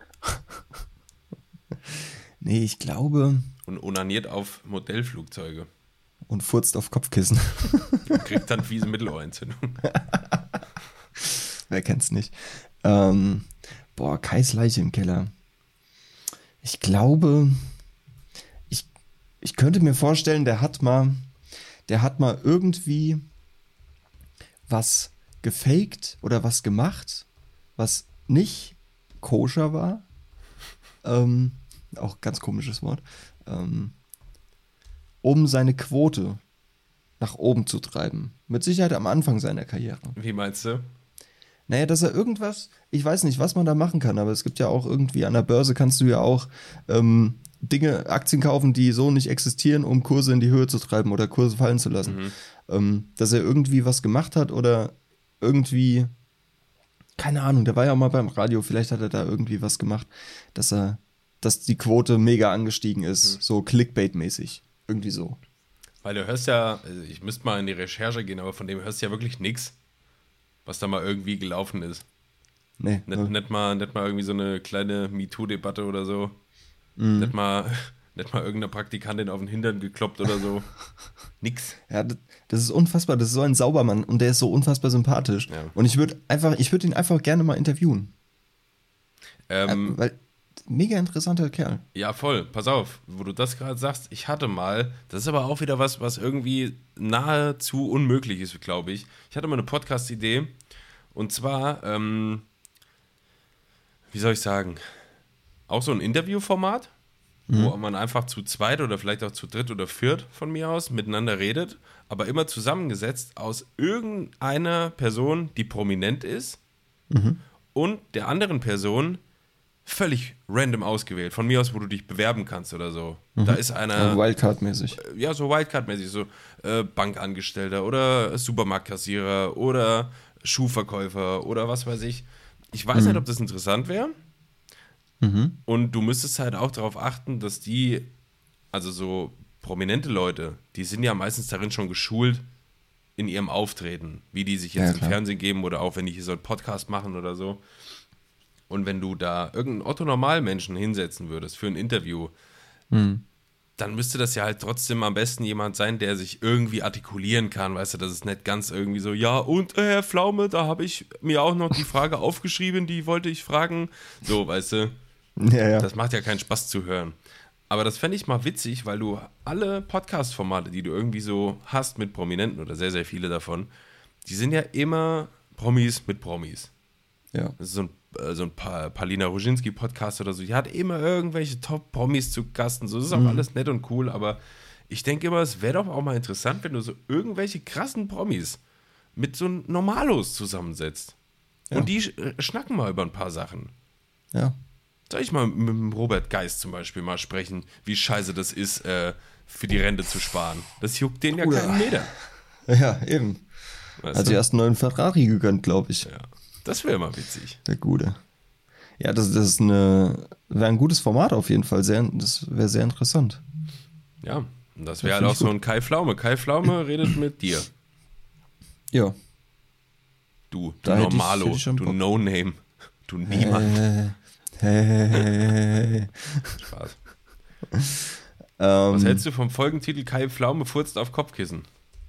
nee, ich glaube, und onaniert auf Modellflugzeuge. und furzt auf Kopfkissen. Kriegt dann fiese Mittelohrentzündung. Wer kennt's nicht? Boah, Kais Leiche im Keller. Ich glaube, ich könnte mir vorstellen, der hat mal irgendwie was gefaked oder was gemacht, was nicht koscher war. Auch ganz komisches Wort. Um seine Quote nach oben zu treiben. Mit Sicherheit am Anfang seiner Karriere. Wie meinst du? Naja, dass er irgendwas, ich weiß nicht, was man da machen kann, aber es gibt ja auch irgendwie an der Börse kannst du ja auch Aktien kaufen, die so nicht existieren, um Kurse in die Höhe zu treiben oder Kurse fallen zu lassen. Dass er irgendwie was gemacht hat oder irgendwie, keine Ahnung, der war ja auch mal beim Radio, vielleicht hat er da irgendwie was gemacht, dass die Quote mega angestiegen ist, so Clickbait-mäßig, irgendwie so. Weil du hörst ja, also ich müsste mal in die Recherche gehen, aber von dem hörst du ja wirklich nichts, was da mal irgendwie gelaufen ist. Nee, Nicht mal irgendwie so eine kleine MeToo-Debatte oder so. Nicht mal irgendeine Praktikantin auf den Hintern gekloppt oder so. Nix. ja, das ist unfassbar, das ist so ein Saubermann und der ist so unfassbar sympathisch. Ja. Und ich würde ihn einfach gerne mal interviewen. Weil, mega interessanter Kerl. Ja, voll. Pass auf, wo du das gerade sagst, ich hatte mal, das ist aber auch wieder was irgendwie nahezu unmöglich ist, glaube ich. Ich hatte mal eine Podcast-Idee und zwar, wie soll ich sagen, auch so ein Interviewformat, wo man einfach zu zweit oder vielleicht auch zu dritt oder viert von mir aus miteinander redet, aber immer zusammengesetzt aus irgendeiner Person, die prominent ist und der anderen Person völlig random ausgewählt. Von mir aus, wo du dich bewerben kannst oder so. Da ist einer, Also Wildcard-mäßig. ja, so Wildcard-mäßig, so Bankangestellter oder Supermarktkassierer oder Schuhverkäufer oder was weiß ich. Ich weiß nicht, ob das interessant wäre. Und du müsstest halt auch darauf achten, dass die, also so prominente Leute, die sind ja meistens darin schon geschult in ihrem Auftreten, wie die sich jetzt Ja, im klar. Fernsehen geben oder auch wenn die hier so einen Podcast machen oder so. Und wenn du da irgendeinen Otto-Normalmenschen hinsetzen würdest für ein Interview, dann müsste das ja halt trotzdem am besten jemand sein, der sich irgendwie artikulieren kann, weißt du, das ist nicht ganz irgendwie so, ja und Herr Pflaume, da habe ich mir auch noch die Frage aufgeschrieben, die wollte ich fragen, so, weißt du, Ja, ja. das macht ja keinen Spaß zu hören. Aber das fände ich mal witzig, weil du alle Podcast-Formate, die du irgendwie so hast mit Prominenten oder sehr, sehr viele davon, die sind ja immer Promis mit Promis. Ja. Das ist so ein Paulina Roginski-Podcast oder so. Die hat immer irgendwelche Top-Promis zu Gast und so. Das ist auch alles nett und cool, aber ich denke immer, es wäre doch auch mal interessant, wenn du so irgendwelche krassen Promis mit so Normalos zusammensetzt. Ja. Und die schnacken mal über ein paar Sachen. Ja. Soll ich mal mit dem Robert Geist zum Beispiel mal sprechen, wie scheiße das ist, für die Rente zu sparen? Das juckt denen ja keinen Meter. Ja, eben. Weißt Hat du? sich erst einen neuen Ferrari gegönnt, glaube ich. Ja, das wäre mal witzig. Der Gute. Ja, das wäre ein gutes Format auf jeden Fall. Das wäre sehr interessant. Ja, und das Das wäre halt find auch ich so ein Kai Pflaume. Kai Pflaume redet mit dir. Ja. Du Da hätte ich Normalo, schon du Bock. No-Name, du Niemand. Hey. Spaß. Was Was hältst du vom Folgentitel Kai Pflaume furzt auf Kopfkissen?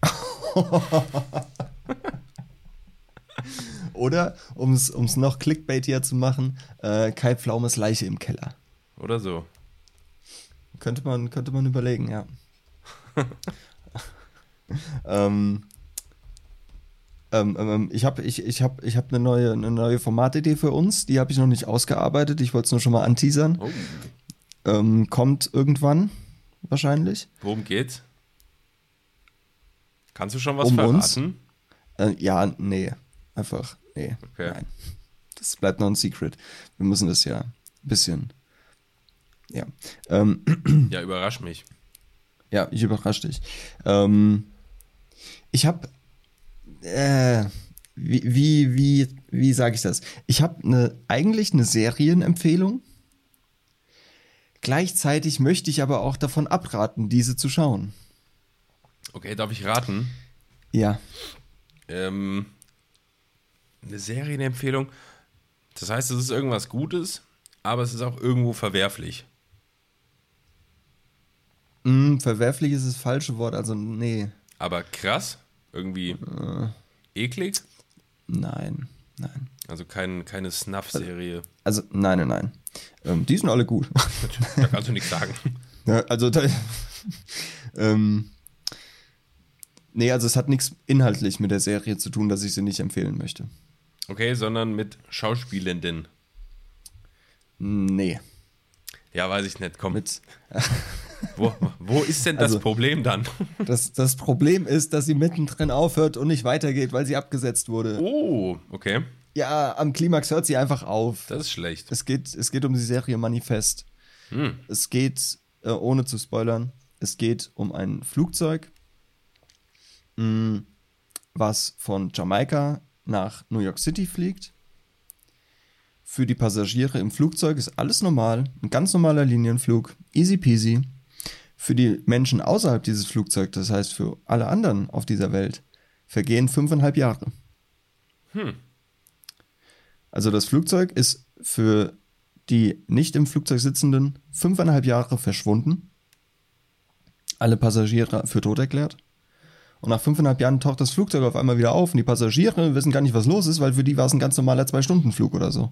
Oder, um es noch clickbaitier zu machen, Kai Pflaumes Leiche im Keller. Oder so. Könnte man überlegen, ja. Ich hab eine neue Formatidee für uns, die habe ich noch nicht ausgearbeitet, ich wollte es nur schon mal anteasern. Oh. Kommt irgendwann, wahrscheinlich. Worum geht's? Kannst du schon was Um uns? verraten? Ja, nee, einfach, nee, Okay. nein. Das bleibt noch ein Secret. Wir müssen das ja ein bisschen, ja. Ja, überrasch mich. Ja, ich überrasche dich. Ich habe, wie sage ich das? Ich habe eigentlich eine Serienempfehlung. Gleichzeitig möchte ich aber auch davon abraten, diese zu schauen. Okay, darf ich raten? Ja, Eine Serienempfehlung. Das heißt, es ist irgendwas Gutes, aber es ist auch irgendwo verwerflich. Verwerflich ist das falsche Wort, also nee, Aber krass, irgendwie eklig. nein. Also keine Snuff-Serie. Also nein. Die sind alle gut. Da kannst du nichts sagen. Ja, also nee, also es hat nichts inhaltlich mit der Serie zu tun, dass ich sie nicht empfehlen möchte. Okay, sondern mit Schauspielenden. Nee. Ja, weiß ich nicht. Komm, Mit, wo ist denn das Also- Problem dann? das Problem ist, dass sie mittendrin aufhört und nicht weitergeht, weil sie abgesetzt wurde. Oh, okay. Ja, am Klimax hört sie einfach auf. Das ist schlecht. Es geht um die Serie Manifest. Es geht, ohne zu spoilern, es geht um ein Flugzeug, was von Jamaika nach New York City fliegt. Für die Passagiere im Flugzeug ist alles normal, ein ganz normaler Linienflug, easy peasy. Für die Menschen außerhalb dieses Flugzeugs, das heißt für alle anderen auf dieser Welt, vergehen 5,5 Jahre. Also das Flugzeug ist für die nicht im Flugzeug sitzenden 5,5 Jahre verschwunden. Alle Passagiere für tot erklärt. Und nach 5,5 Jahren taucht das Flugzeug auf einmal wieder auf und die Passagiere wissen gar nicht, was los ist, weil für die war es ein ganz normaler 2-Stunden-Flug oder so.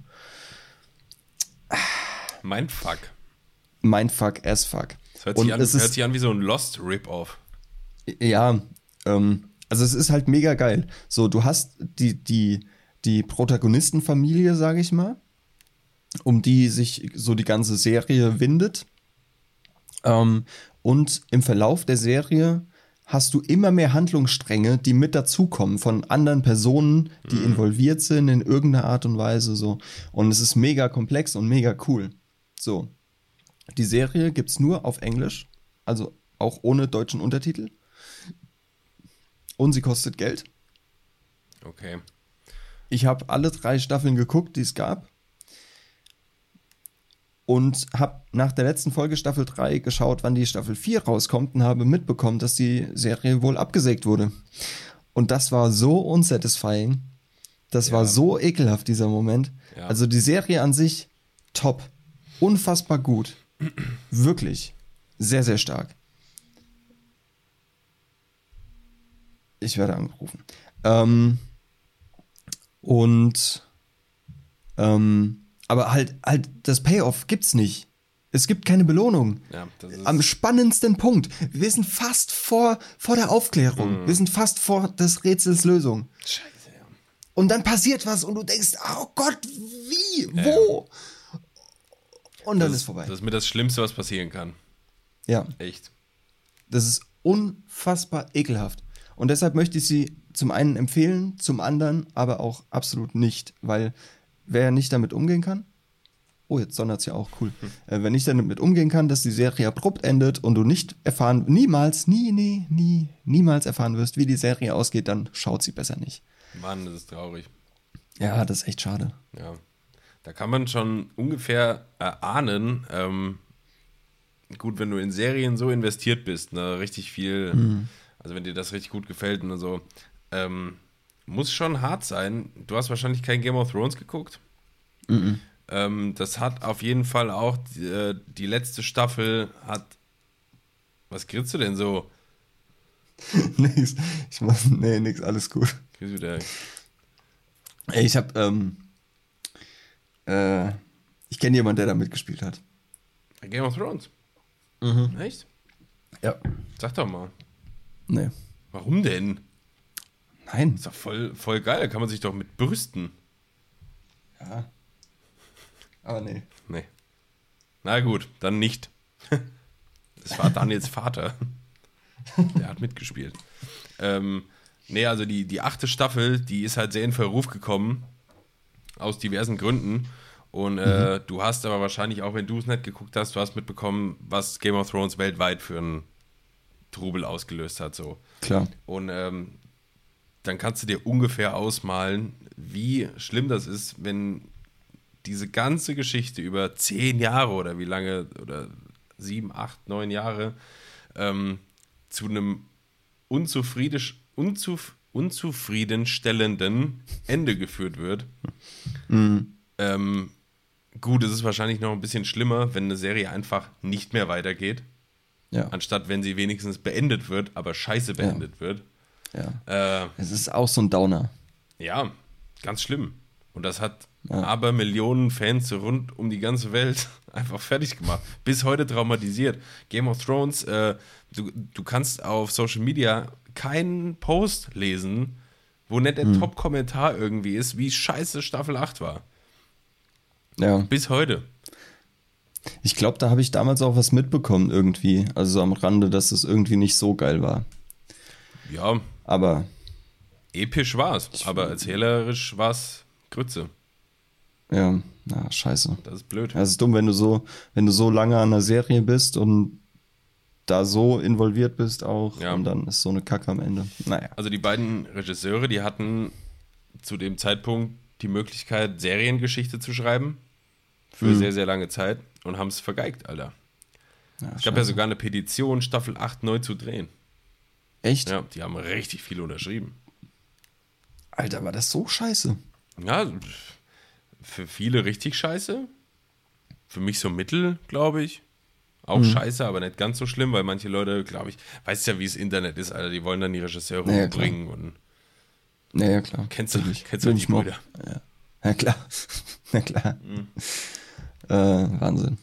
Mindfuck. Mindfuck as fuck. Das hört Und sich, an, es hört ist, sich an wie so ein Lost-Rip-Off. ja, also es ist halt mega geil. So, du hast die Protagonistenfamilie, sage ich mal, um die sich so die ganze Serie windet. Und im Verlauf der Serie hast du immer mehr Handlungsstränge, die mit dazukommen von anderen Personen, die involviert sind in irgendeiner Art und Weise. So. Und es ist mega komplex und mega cool. So. Die Serie gibt's nur auf Englisch, also auch ohne deutschen Untertitel. Und sie kostet Geld. Okay. Ich habe alle 3 Staffeln geguckt, die es gab. Und habe nach der letzten Folge Staffel 3 geschaut, wann die Staffel 4 rauskommt und habe mitbekommen, dass die Serie wohl abgesägt wurde. Und das war so unsatisfying. Das war so ekelhaft, dieser Moment. Ja. Also die Serie an sich, top. Unfassbar gut. Wirklich. Sehr, sehr stark. Ich werde angerufen. Aber halt das Payoff gibt's nicht. Es gibt keine Belohnung. Ja, das ist Am spannendsten Punkt. Wir sind fast vor der Aufklärung. Wir sind fast vor des Rätsels Lösung. scheiße, ja. Und dann passiert was und du denkst, oh Gott, wie? Wo? Und dann ist vorbei. Das ist mir das Schlimmste, was passieren kann. Ja, Echt. das ist unfassbar ekelhaft. Und deshalb möchte ich sie zum einen empfehlen, zum anderen aber auch absolut nicht, weil wer nicht damit umgehen kann, oh, jetzt donnert's ja auch, cool, wenn ich damit umgehen kann, dass die Serie abrupt endet und du nicht niemals erfahren wirst, wie die Serie ausgeht, dann schaut sie besser nicht. Mann, das ist traurig. Ja, das ist echt schade. Ja, da kann man schon ungefähr erahnen, gut, wenn du in Serien so investiert bist, ne, richtig viel, also wenn dir das richtig gut gefällt und so, muss schon hart sein. Du hast wahrscheinlich kein Game of Thrones geguckt. Das hat auf jeden Fall auch, die letzte Staffel hat, was grinst du denn so? Nix, nix, alles gut. Ey, ich kenne jemanden, der da mitgespielt hat. Game of Thrones? Echt? Ja. Sag doch mal. Nee. Warum denn? Nein. Ist doch voll geil, da kann man sich doch mit brüsten. Ja. Aber nee. Nee. Na gut, dann nicht. Das war Daniels Vater. Der hat mitgespielt. Nee, also die 8. Staffel, die ist halt sehr in Verruf gekommen. Aus diversen Gründen. Und du hast aber wahrscheinlich, auch wenn du es nicht geguckt hast, du hast mitbekommen, was Game of Thrones weltweit für einen Trubel ausgelöst hat. So. Klar. Und dann kannst du dir ungefähr ausmalen, wie schlimm das ist, wenn diese ganze Geschichte über 10 Jahre oder wie lange, oder 7, 8, 9 Jahre, zu einem unzufriedenstellenden Ende geführt wird. Gut, es ist wahrscheinlich noch ein bisschen schlimmer, wenn eine Serie einfach nicht mehr weitergeht, anstatt wenn sie wenigstens beendet wird, aber scheiße beendet wird. Ja. Es ist auch so ein Downer. Ja, ganz schlimm. Und das hat aber Millionen Fans rund um die ganze Welt einfach fertig gemacht. Bis heute traumatisiert. Game of Thrones, du kannst auf Social Media keinen Post lesen, wo nicht der Top-Kommentar irgendwie ist, wie scheiße Staffel 8 war. Ja. Bis heute. Ich glaube, da habe ich damals auch was mitbekommen irgendwie. Also so am Rande, dass es irgendwie nicht so geil war. Ja. Aber episch war es, aber erzählerisch war es Grütze. Ja, na, scheiße. Das ist blöd. Ja, es ist dumm, wenn du so lange an einer Serie bist und da so involviert bist auch und dann ist so eine Kacke am Ende. Naja. Also die beiden Regisseure, die hatten zu dem Zeitpunkt die Möglichkeit, Seriengeschichte zu schreiben für sehr, sehr lange Zeit und haben es vergeigt, Alter. Ja, es gab ja sogar eine Petition, Staffel 8 neu zu drehen. Echt? Ja, die haben richtig viel unterschrieben. Alter, war das so scheiße? Ja, für viele richtig scheiße. Für mich so mittel, glaube ich. Auch scheiße, aber nicht ganz so schlimm, weil manche Leute, glaube ich, weißt ja, wie das Internet ist, Alter, die wollen dann die Regisseure umbringen. Und naja, klar. Kennst du die Brüder? Ja, klar. Na klar. Wahnsinn.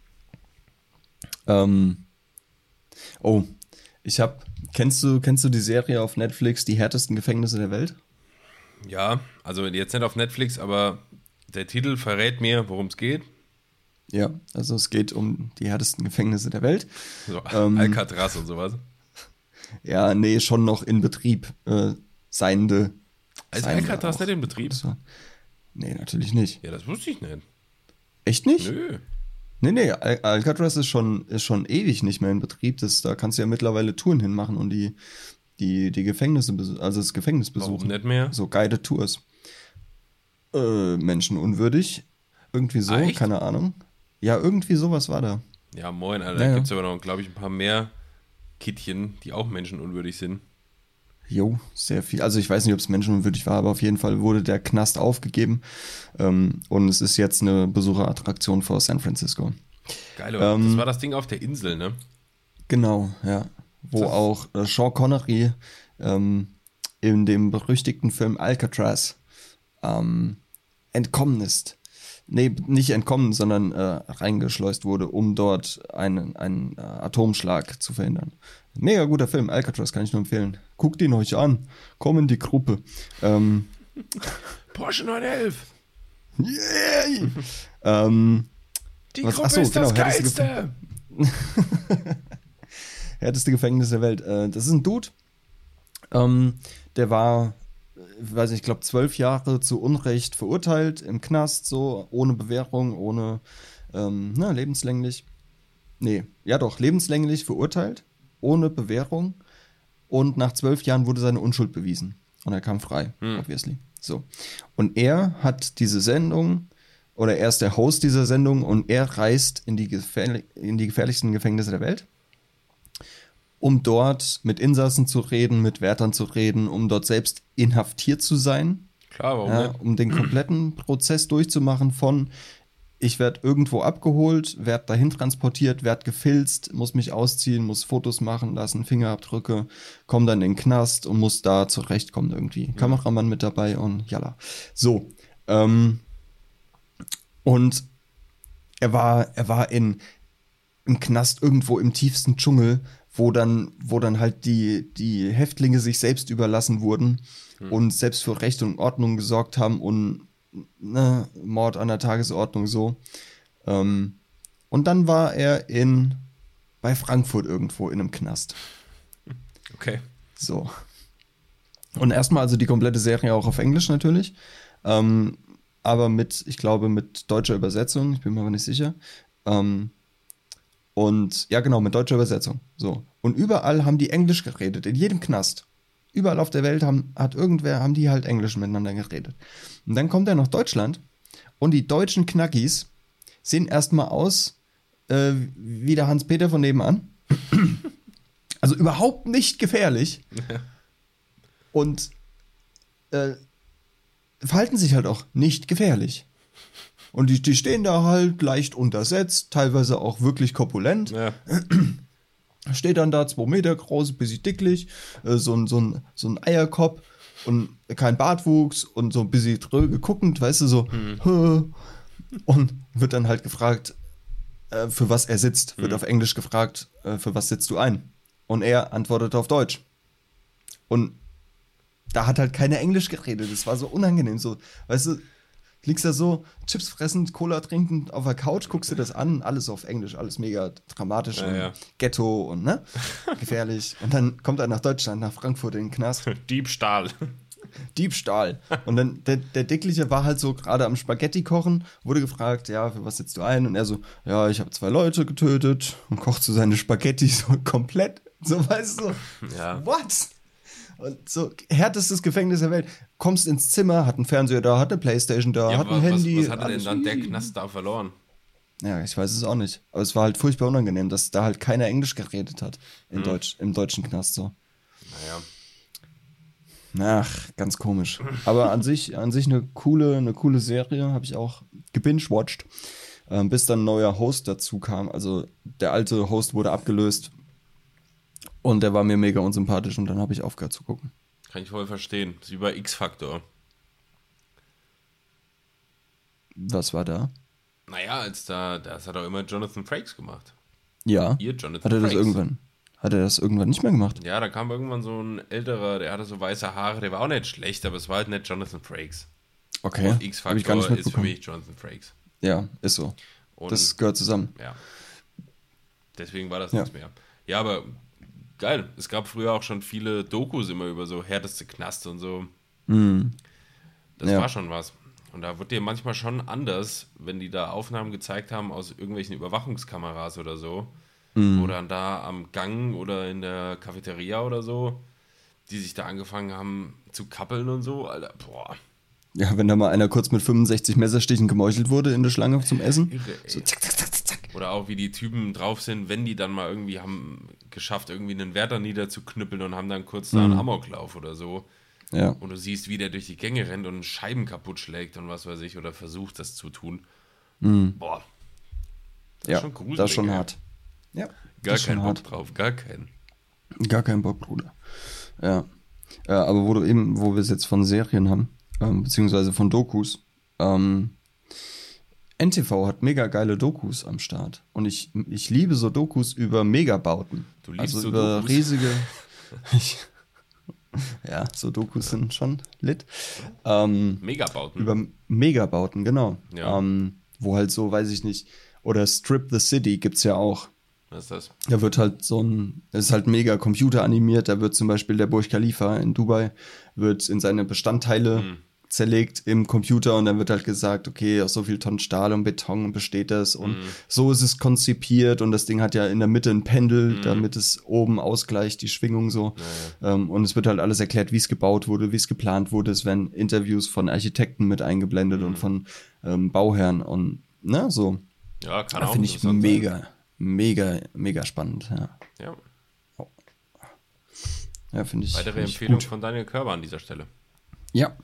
Kennst du die Serie auf Netflix, Die härtesten Gefängnisse der Welt? Ja, also jetzt nicht auf Netflix, aber der Titel verrät mir, worum es geht. Ja, also es geht um die härtesten Gefängnisse der Welt. So, Alcatraz und sowas. Ja, nee, schon noch in Betrieb seiende. Ist Alcatraz nicht in Betrieb? Nee, natürlich nicht. Ja, das wusste ich nicht. Echt nicht? Nö. Nee, Alcatraz ist schon ewig nicht mehr in Betrieb. Da kannst du ja mittlerweile Touren hinmachen und die Gefängnisse, also das Gefängnis besuchen. Warum nicht mehr? So Guided Tours. Menschenunwürdig. Irgendwie so, echt? Keine Ahnung. Ja, irgendwie sowas war da. Ja, moin, Alter. Da gibt es aber noch, glaube ich, ein paar mehr Kittchen, die auch menschenunwürdig sind. Jo, sehr viel. Also ich weiß nicht, ob es menschenunwürdig war, aber auf jeden Fall wurde der Knast aufgegeben. Und es ist jetzt eine Besucherattraktion vor San Francisco. Geil, das war das Ding auf der Insel, ne? Genau, ja. Wo auch Sean Connery in dem berüchtigten Film Alcatraz entkommen ist. Nee, nicht entkommen, sondern reingeschleust wurde, um dort einen Atomschlag zu verhindern. Mega guter Film, Alcatraz, kann ich nur empfehlen. Guckt ihn euch an, komm in die Gruppe. Porsche 911. Yeah! Die Gruppe ist das Geilste. Härteste Gefängnis der Welt. Das ist ein Dude, Der war, weiß nicht, ich glaube 12 Jahre zu Unrecht verurteilt im Knast, so ohne Bewährung, ohne lebenslänglich. Nee, ja doch, lebenslänglich verurteilt, ohne Bewährung. Und nach 12 Jahren wurde seine Unschuld bewiesen. Und er kam frei, obviously. So. Und er hat diese Sendung, oder er ist der Host dieser Sendung und er reist in die gefährlichsten Gefängnisse der Welt, um dort mit Insassen zu reden, mit Wärtern zu reden, um dort selbst inhaftiert zu sein. Klar, warum nicht? Um den kompletten Prozess durchzumachen von ich werde irgendwo abgeholt, werde dahin transportiert, werde gefilzt, muss mich ausziehen, muss Fotos machen lassen, Fingerabdrücke, komme dann in den Knast und muss da zurechtkommen irgendwie. Kameramann mit dabei und jalla. So. Und er war im Knast irgendwo im tiefsten Dschungel, wo dann halt die Häftlinge sich selbst überlassen wurden und selbst für Recht und Ordnung gesorgt haben und Mord an der Tagesordnung so. Und dann war er bei Frankfurt irgendwo in einem Knast. Okay. So. Und erstmal also die komplette Serie auch auf Englisch natürlich. Aber ich glaube, mit deutscher Übersetzung. Ich bin mir aber nicht sicher. Und ja, genau, mit deutscher Übersetzung. So. Und überall haben die Englisch geredet, in jedem Knast. Überall auf der Welt haben die halt Englisch miteinander geredet. Und dann kommt er nach Deutschland und die deutschen Knackis sehen erstmal aus wie der Hans-Peter von nebenan. Also überhaupt nicht gefährlich. Und verhalten sich halt auch nicht gefährlich. Und die stehen da halt leicht untersetzt, teilweise auch wirklich korpulent. Ja. Steht dann da 2 Meter groß, bisschen dicklich, so ein Eierkopf und kein Bartwuchs und so ein bisschen dröge guckend, weißt du, so. Und wird dann halt gefragt, für was er sitzt. Wird auf Englisch gefragt, für was sitzt du ein? Und er antwortet auf Deutsch. Und da hat halt keiner Englisch geredet. Das war so unangenehm, so, weißt du, liegst da so, Chips fressend, Cola trinkend auf der Couch, guckst dir das an, alles auf Englisch, alles mega dramatisch und Ghetto und gefährlich. Und dann kommt er nach Deutschland, nach Frankfurt in den Knast. Diebstahl. Und dann der Dickliche war halt so gerade am Spaghetti kochen, wurde gefragt, ja, für was setzt du ein? Und er so, ja, ich habe 2 Leute getötet und kocht so seine Spaghetti so komplett, so, weißt du, Ja. what? Und so härtestes Gefängnis der Welt. Kommst ins Zimmer, hat einen Fernseher da, hat eine Playstation da, hat ein Handy. Was hat er denn dann der Knast da verloren? Ja, ich weiß es auch nicht. Aber es war halt furchtbar unangenehm, dass da halt keiner Englisch geredet hat im deutschen Knast so. Naja. Ach, ganz komisch. Aber an sich eine coole Serie, habe ich auch gebingewatcht, bis dann ein neuer Host dazu kam. Also der alte Host wurde abgelöst und der war mir mega unsympathisch und dann habe ich aufgehört zu gucken. Kann ich voll verstehen. Das ist wie bei X-Factor. Was war da? Naja, das hat auch immer Jonathan Frakes gemacht. Ja. Ihr Jonathan Hat er Frakes. das irgendwann nicht mehr gemacht? Ja, da kam irgendwann so ein älterer, der hatte so weiße Haare, der war auch nicht schlecht, aber es war halt nicht Jonathan Frakes. Okay. Und X-Factor ist für mich Jonathan Frakes. Ja, ist so. Und das gehört zusammen. Ja. Deswegen war das nichts mehr. Ja, aber geil. Es gab früher auch schon viele Dokus immer über so härteste Knast und so. Das war schon was. Und da wird dir manchmal schon anders, wenn die da Aufnahmen gezeigt haben aus irgendwelchen Überwachungskameras oder so. Oder dann da am Gang oder in der Cafeteria oder so, die sich da angefangen haben zu kappeln und so. Alter, boah. Ja, wenn da mal einer kurz mit 65 Messerstichen gemeuchelt wurde in der Schlange zum Essen. Irre, so zack, zack, zack, zack. Oder auch wie die Typen drauf sind, wenn die dann mal irgendwie haben geschafft, irgendwie einen Wärter niederzuknüppeln und haben dann kurz da einen Amoklauf oder so. Ja. Und du siehst, wie der durch die Gänge rennt und Scheiben kaputt schlägt und was weiß ich, oder versucht, das zu tun. Boah. Das ist schon gruselig. Das ist schon ey. hart. Ja. Gar das ist keinen schon Bock hart. drauf, gar keinen. Gar keinen Bock, Bruder. Ja. Aber wo wir es jetzt von Serien haben, beziehungsweise von Dokus, NTV hat mega geile Dokus am Start. Und ich liebe so Dokus über Megabauten. Du liebst also so über Dokus? riesige. Ja, so Dokus sind schon lit. Megabauten. Über Megabauten, genau. Ja. Wo halt so, weiß ich nicht, oder Strip the City gibt's ja auch. Was ist das? Da wird halt es ist halt mega computeranimiert, da wird zum Beispiel der Burj Khalifa in Dubai, wird in seine Bestandteile zerlegt im Computer und dann wird halt gesagt, okay, aus so viel Tonnen Stahl und Beton besteht das und so ist es konzipiert und das Ding hat ja in der Mitte ein Pendel, damit es oben ausgleicht, die Schwingung so. Und es wird halt alles erklärt, wie es gebaut wurde, wie es geplant wurde. Es werden Interviews von Architekten mit eingeblendet und von Bauherren und so. Ja, kann Da auch finde ich interessant sein. mega spannend, ja. Ja. Ja, finde ich. Weitere find ich Empfehlung gut. von Daniel Körber an dieser Stelle. Ja.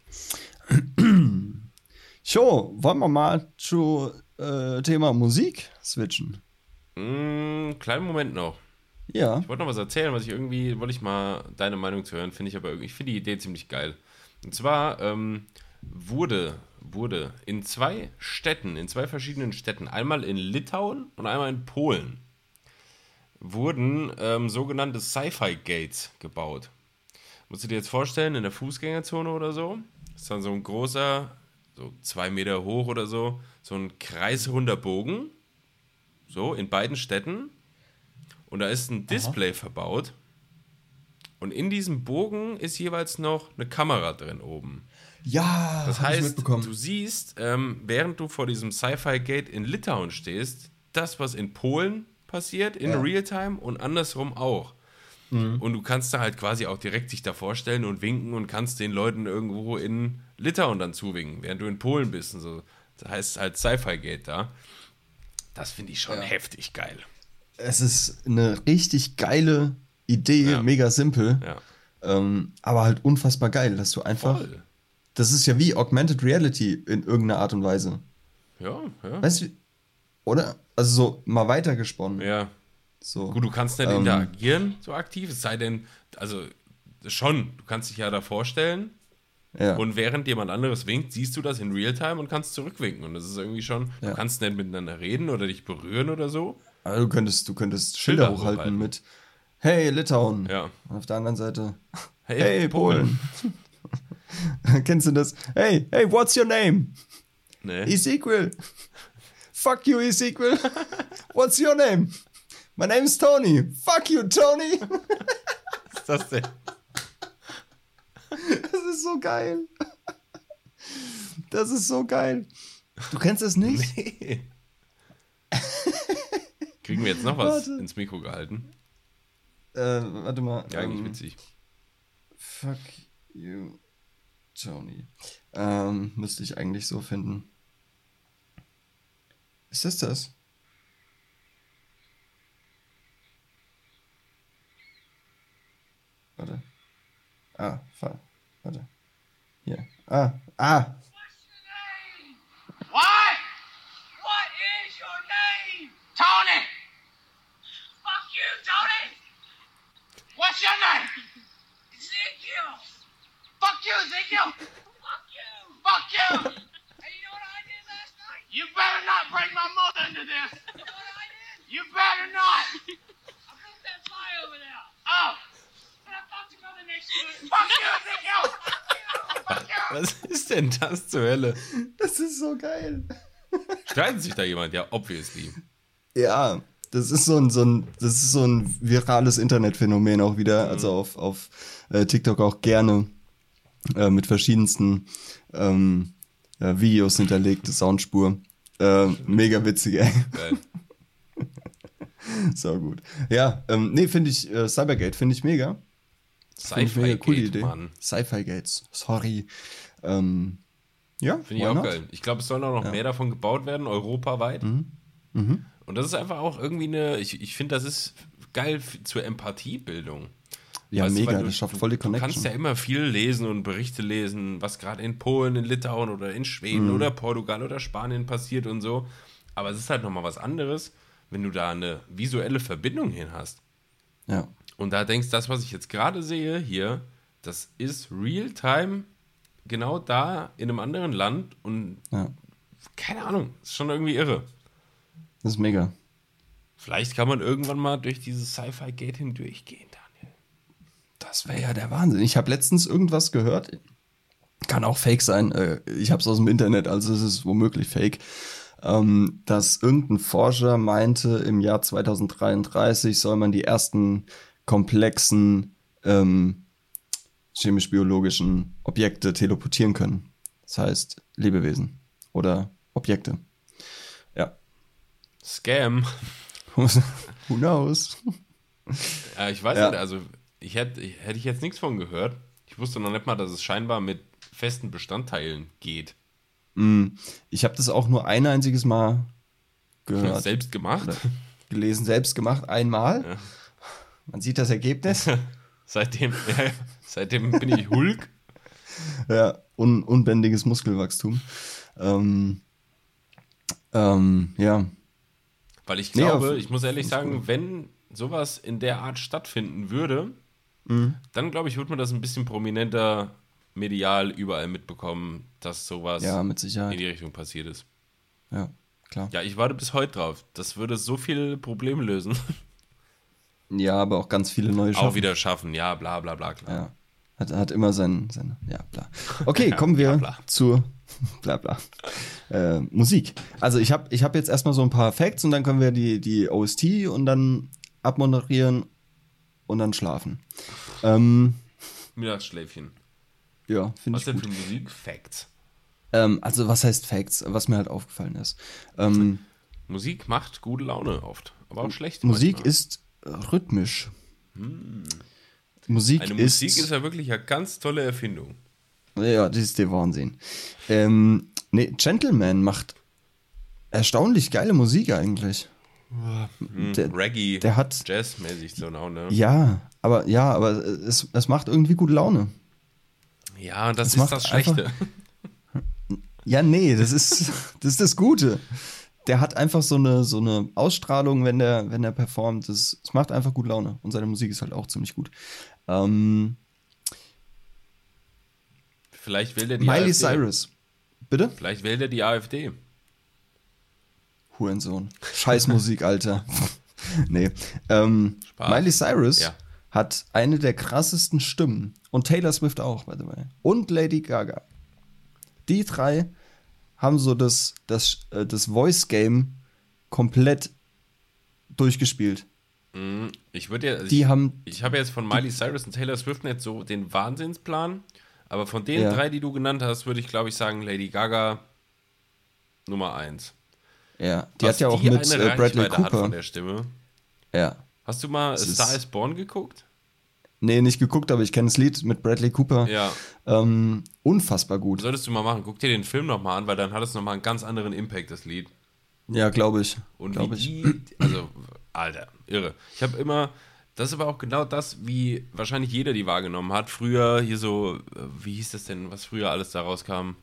So, wollen wir mal zu Thema Musik switchen? Kleinen Moment noch. Ja. Ich wollte noch was erzählen, wollte ich mal deine Meinung zu hören, ich finde die Idee ziemlich geil. Und zwar wurde in zwei verschiedenen Städten, einmal in Litauen und einmal in Polen, wurden sogenannte Sci-Fi-Gates gebaut. Musst du dir jetzt vorstellen, in der Fußgängerzone oder so, ist dann so ein großer, so 2 Meter hoch oder so ein kreisrunder Bogen, so in beiden Städten. Und da ist ein Display verbaut. Und in diesem Bogen ist jeweils noch eine Kamera drin oben. Ja, Das hab ich heißt, mitbekommen. du siehst, während du vor diesem Sci-Fi-Gate in Litauen stehst, das, was in Polen passiert, in Realtime und andersrum auch. Und du kannst da halt quasi auch direkt dich da vorstellen und winken und kannst den Leuten irgendwo in Litauen dann zuwinken, während du in Polen bist und so. Das heißt halt Sci-Fi-Gate da. Das finde ich schon heftig geil. Es ist eine richtig geile Idee, mega simpel, Ja. aber halt unfassbar geil, dass du einfach, Voll. das ist ja wie Augmented Reality in irgendeiner Art und Weise. Ja. Weißt du, oder? Also so mal weitergesponnen. Ja. So. Gut, du kannst nicht interagieren so aktiv, es sei denn, also schon, du kannst dich ja da vorstellen Ja. und während jemand anderes winkt, siehst du das in Realtime und kannst zurückwinken und das ist irgendwie schon, Ja. du kannst nicht miteinander reden oder dich berühren oder so. Aber du könntest Schilder Schilder hochhalten hochhalten. mit Hey Litauen. Ja. Und auf der anderen Seite Hey, Hey Polen. Kennst du das? Hey, what's your name? Nee. Ezekiel. Fuck you, Ezekiel. What's your name? My name's Tony. Fuck you, Tony. Was ist das denn? Das ist so geil. Das ist so geil. Du kennst es nicht? Nee. Kriegen wir jetzt noch was Warte. ins Mikro gehalten? Warte mal. Ja, eigentlich witzig. Fuck you, Tony. Müsste ich eigentlich so finden. Ist das? Warte. Warte. Hier. What? What is your name? Tony! Fuck you, Tony! What's your name? Ezekiel! Fuck you, Ezekiel! Fuck you! Fuck you! Hey, you know what I did last night? You better not bring my mother into this! You know what I did? You better not! I broke that fly over there! Oh! And I'm about to go the next one. Fuck you, Ezekiel! Fuck you! Was ist denn das zur Hölle? Das ist so geil. Streitet sich da jemand? Ja, obviously. Ja, das ist so ein virales Internetphänomen auch wieder. Also auf TikTok auch gerne mit verschiedensten Videos hinterlegte Soundspur. Mega witzig, ey. Geil. So gut. Ja, nee, finde ich, Cybergate finde ich mega. Finde ich mega coole Idee. Mann. Sci-Fi Gates, sorry. Ja, Finde ich why auch not? geil. Ich glaube, es sollen auch noch mehr davon gebaut werden, europaweit. Und das ist einfach auch irgendwie ich finde, das ist geil zur Empathiebildung. Ja, Weißt du, mega, weil das schafft voll die Du kannst Connection. ja immer viel lesen und Berichte lesen, was gerade in Polen, in Litauen oder in Schweden oder Portugal oder Spanien passiert und so. Aber es ist halt nochmal was anderes, wenn du da eine visuelle Verbindung hin hast. Ja. Und da denkst, das, was ich jetzt gerade sehe hier, das ist Realtime genau da in einem anderen Land und Ja, keine Ahnung, ist schon irgendwie irre. das ist mega. Vielleicht kann man irgendwann mal durch dieses Sci-Fi-Gate hindurchgehen, Daniel. Das wäre ja der Wahnsinn. Ich habe letztens irgendwas gehört. Kann auch fake sein. Ich habe es aus dem Internet, also es ist womöglich fake. dass irgendein Forscher meinte, im Jahr 2033 soll man die ersten komplexen chemisch-biologischen Objekte teleportieren können. Das heißt Lebewesen oder Objekte. Ja. Scam. Who knows? Ich weiß Ja. nicht, also hätte ich jetzt nichts von gehört. Ich wusste noch nicht mal, dass es scheinbar mit festen Bestandteilen geht. Ich habe das auch nur ein einziges Mal gehört. Selbst gemacht. Oder gelesen, selbst gemacht, einmal. Ja. Man sieht das Ergebnis. Seitdem bin ich Hulk. Ja, unbändiges Muskelwachstum. Ja. Weil ich Nee, glaube, auf- ich muss ehrlich ist sagen, cool. wenn sowas in der Art stattfinden würde, dann glaube ich, würde man das ein bisschen prominenter medial überall mitbekommen, dass sowas Ja, mit in Sicherheit. die Richtung passiert ist. Ja, klar. Ja, ich warte bis heute drauf. Das würde so viele Probleme lösen. Ja, aber auch ganz viele neue Schaffen. Auch wieder schaffen, ja, bla bla bla, klar. Ja. Hat immer sein, ja, bla. Okay, kommen wir bla, bla. zur bla bla. Musik. Also ich hab jetzt erstmal so ein paar Facts und dann können wir die OST und dann abmoderieren und dann schlafen. Mittagsschläfchen. Ja, finde Was ich denn gut. für Musik? Facts. Also was heißt Facts? Was mir halt aufgefallen ist. Musik macht gute Laune oft, aber auch schlecht. Musik manchmal. ist rhythmisch. Musik Eine ist... Musik ist ja wirklich eine ganz tolle Erfindung. Ja, das ist der Wahnsinn. Nee, Gentleman macht erstaunlich geile Musik eigentlich. Reggae, der hat- Jazzmäßig so now, ne? Ja, aber es macht irgendwie gute Laune. Ja, das Es ist macht das Schlechte. Ja, nee, das ist das Gute. Der hat einfach so eine Ausstrahlung, wenn der performt. Es macht einfach gut Laune. Und seine Musik ist halt auch ziemlich gut. Vielleicht wählt er die Miley AfD. Cyrus. Bitte? Vielleicht wählt er die AfD. Hurensohn. Scheiß Musik, Alter. Nee. Miley Cyrus Ja. hat eine der krassesten Stimmen. Und Taylor Swift auch, by the way. Und Lady Gaga. Die drei haben so das Voice-Game komplett durchgespielt. Ich würde ja, Die haben- ich habe jetzt von Miley Cyrus und Taylor Swift nicht so den Wahnsinnsplan, aber von den Ja. drei, die du genannt hast, würde ich glaube ich sagen Lady Gaga Nummer 1. Ja, die hat ja auch mit Bradley Reichweite hat Cooper. von der Stimme. Ja. Hast du mal A ist- Star is Born geguckt? Nee, nicht geguckt, aber ich kenne das Lied mit Bradley Cooper. Ja. Unfassbar gut. Solltest du mal machen. Guck dir den Film nochmal an, weil dann hat es nochmal einen ganz anderen Impact, das Lied. Ja, glaube ich. Und Glaub wie ich. die, also, Alter, irre. Ich habe immer, das ist aber auch genau das, wie wahrscheinlich jeder die wahrgenommen hat. Früher hier so, wie hieß das denn, was früher alles da rauskam?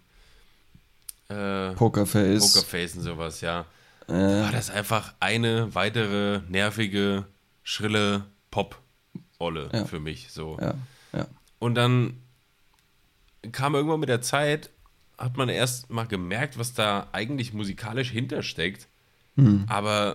Pokerface. Pokerface und sowas, ja. War das einfach eine weitere nervige, schrille Pop-Olle Ja. für mich, so. Ja, ja. Und dann kam irgendwann mit der Zeit, hat man erst mal gemerkt, was da eigentlich musikalisch hintersteckt. Aber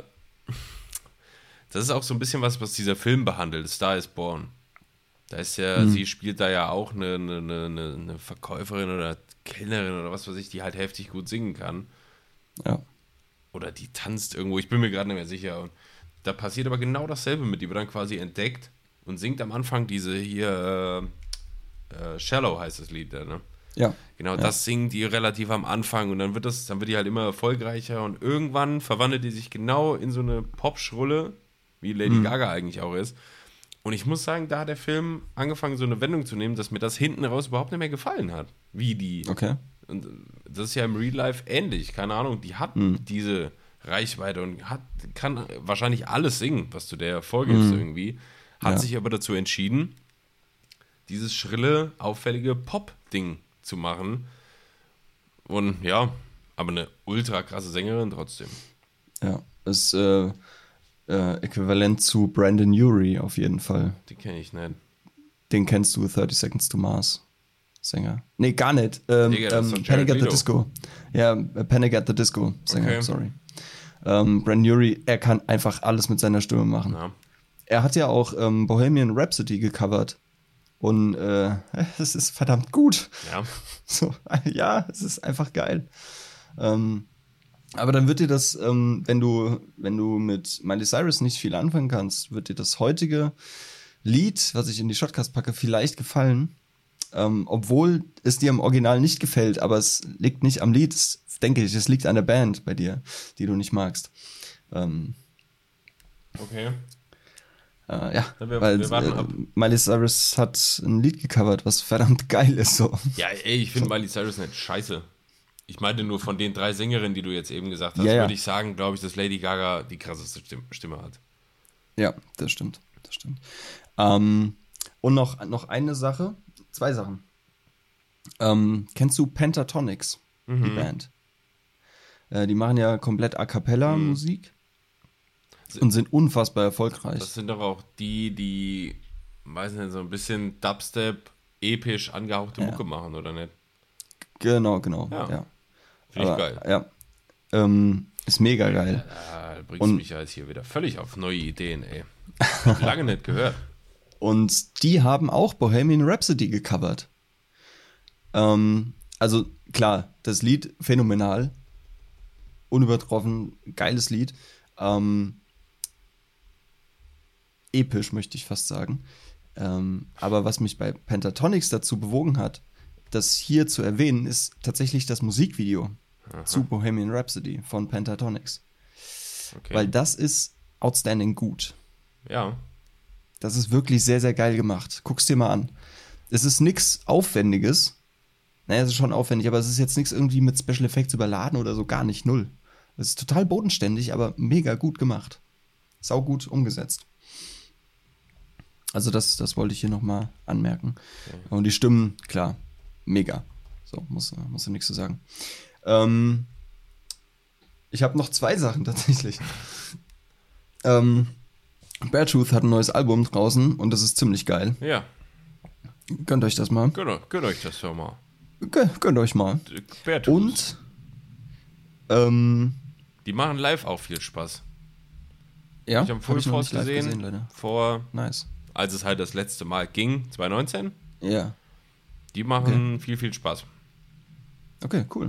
das ist auch so ein bisschen was dieser Film behandelt, Star is Born. Da ist ja, sie spielt da ja auch eine Verkäuferin oder Kellnerin oder was weiß ich, die halt heftig gut singen kann. Ja. Oder die tanzt irgendwo, ich bin mir gerade nicht mehr sicher. Und da passiert aber genau dasselbe mit, die wird dann quasi entdeckt und singt am Anfang diese hier, Shallow heißt das Lied da, ne? Ja. Genau, Ja. das singt die relativ am Anfang und dann wird die halt immer erfolgreicher und irgendwann verwandelt die sich genau in so eine Pop-Schrulle, wie Lady Gaga eigentlich auch ist. Und ich muss sagen, da hat der Film angefangen, so eine Wendung zu nehmen, dass mir das hinten raus überhaupt nicht mehr gefallen hat. Wie die. Okay. Und das ist ja im Real Life ähnlich. Keine Ahnung, die hat diese Reichweite und kann wahrscheinlich alles singen, was du der vorgibst irgendwie. Hat Ja. sich aber dazu entschieden, dieses schrille, auffällige Pop-Ding zu machen. Und ja, aber eine ultra krasse Sängerin trotzdem. Ja. Ist äquivalent zu Brandon Urie auf jeden Fall. Die kenne ich nicht. Den kennst du, 30 Seconds to Mars. Sänger. Nee, gar nicht. Digga, das ist doch Jared Panic at the Leto. Disco. Ja, Panic at the Disco Sänger, Okay. sorry. Brandon Urie, er kann einfach alles mit seiner Stimme machen. Ja. Er hat ja auch Bohemian Rhapsody gecovert. Und es ist verdammt gut. Ja. So, ja, es ist einfach geil. Aber dann wird dir das, wenn du mit Miley Cyrus nicht viel anfangen kannst, wird dir das heutige Lied, was ich in die Shotcast packe, vielleicht gefallen. Obwohl es dir im Original nicht gefällt, aber es liegt nicht am Lied, denke ich, es liegt an der Band bei dir, die du nicht magst. Okay. Ja, Wir weil warten ab. Miley Cyrus hat ein Lied gecovert, was verdammt geil ist. So. Ja, ey, ich finde Miley Cyrus nicht scheiße. Ich meinte nur von den 3 Sängerinnen, die du jetzt eben gesagt hast, Ja, ja. würde ich sagen, glaube ich, dass Lady Gaga die krasseste Stimme hat. Ja, das stimmt. Und noch eine Sache, 2 Sachen. Kennst du Pentatonix, die Band? Die machen ja komplett A Cappella Musik und sind unfassbar erfolgreich. Das sind doch auch die, weiß nicht, so ein bisschen Dubstep, episch angehauchte Mucke machen, oder nicht? Genau, Ja. ja. Finde ich geil. Ja. Ist mega geil. Da bringst du mich ja jetzt hier wieder völlig auf neue Ideen, ey. Hab lange nicht gehört. Und die haben auch Bohemian Rhapsody gecovert. Also klar, das Lied phänomenal, unübertroffen, geiles Lied. Episch, möchte ich fast sagen. Aber was mich bei Pentatonix dazu bewogen hat, das hier zu erwähnen, ist tatsächlich das Musikvideo zu Bohemian Rhapsody von Pentatonix. Okay. Weil das ist outstanding gut. Ja. Das ist wirklich sehr, sehr geil gemacht. Guck's dir mal an. Es ist nichts Aufwendiges. Naja, es ist schon aufwendig, aber es ist jetzt nichts irgendwie mit Special Effects überladen oder so, gar nicht, null. Es ist total bodenständig, aber mega gut gemacht. Sau gut umgesetzt. Also das wollte ich hier nochmal anmerken. Okay. Und die Stimmen, klar, mega. So, muss du nichts zu sagen. Ich habe noch 2 Sachen tatsächlich. Beartooth hat ein neues Album draußen und das ist ziemlich geil. Ja. Gönnt euch das mal. Gönnt euch das doch mal. Gönnt euch mal. Beartooth. Und die machen live auch viel Spaß. Ja, ich habe Full Force gesehen, nice. Als es halt das letzte Mal ging, 2019. Ja. Die machen viel Spaß. Okay, cool.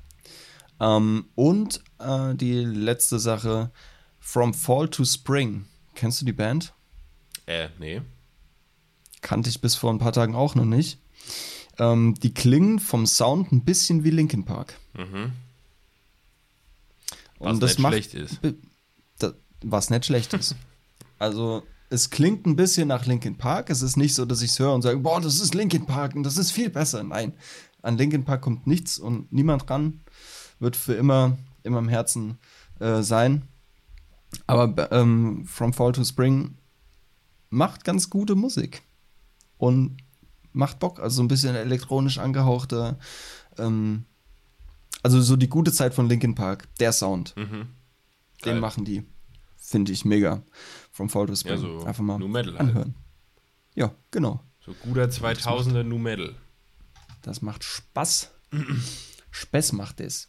Und die letzte Sache, From Fall to Spring. Kennst du die Band? Nee. Kannte ich bis vor ein paar Tagen auch noch nicht. Die klingen vom Sound ein bisschen wie Linkin Park. Mhm. Und was nicht schlecht ist. Was nicht schlecht ist. Also, es klingt ein bisschen nach Linkin Park. Es ist nicht so, dass ich es höre und sage, boah, das ist Linkin Park und das ist viel besser. Nein, an Linkin Park kommt nichts und niemand ran. Wird für immer im Herzen sein. Aber From Fall to Spring macht ganz gute Musik. Und macht Bock. Also so ein bisschen elektronisch angehauchte, also so die gute Zeit von Linkin Park. Der Sound. Mhm. Den machen die. Finde ich mega. From Fall to Spring. Ja, so einfach mal Nu Metal anhören. halt. Ja, genau. So guter 2000er Nu Metal. Das macht Spaß. Spaß macht es.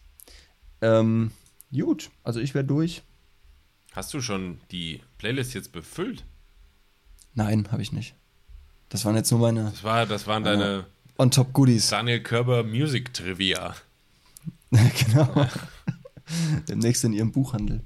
Gut, also ich wäre durch. Hast du schon die Playlist jetzt befüllt? Nein, habe ich nicht. Das waren jetzt nur meine Das waren deine On-Top-Goodies. Daniel Körber Music Trivia. Genau. Demnächst in ihrem Buchhandel.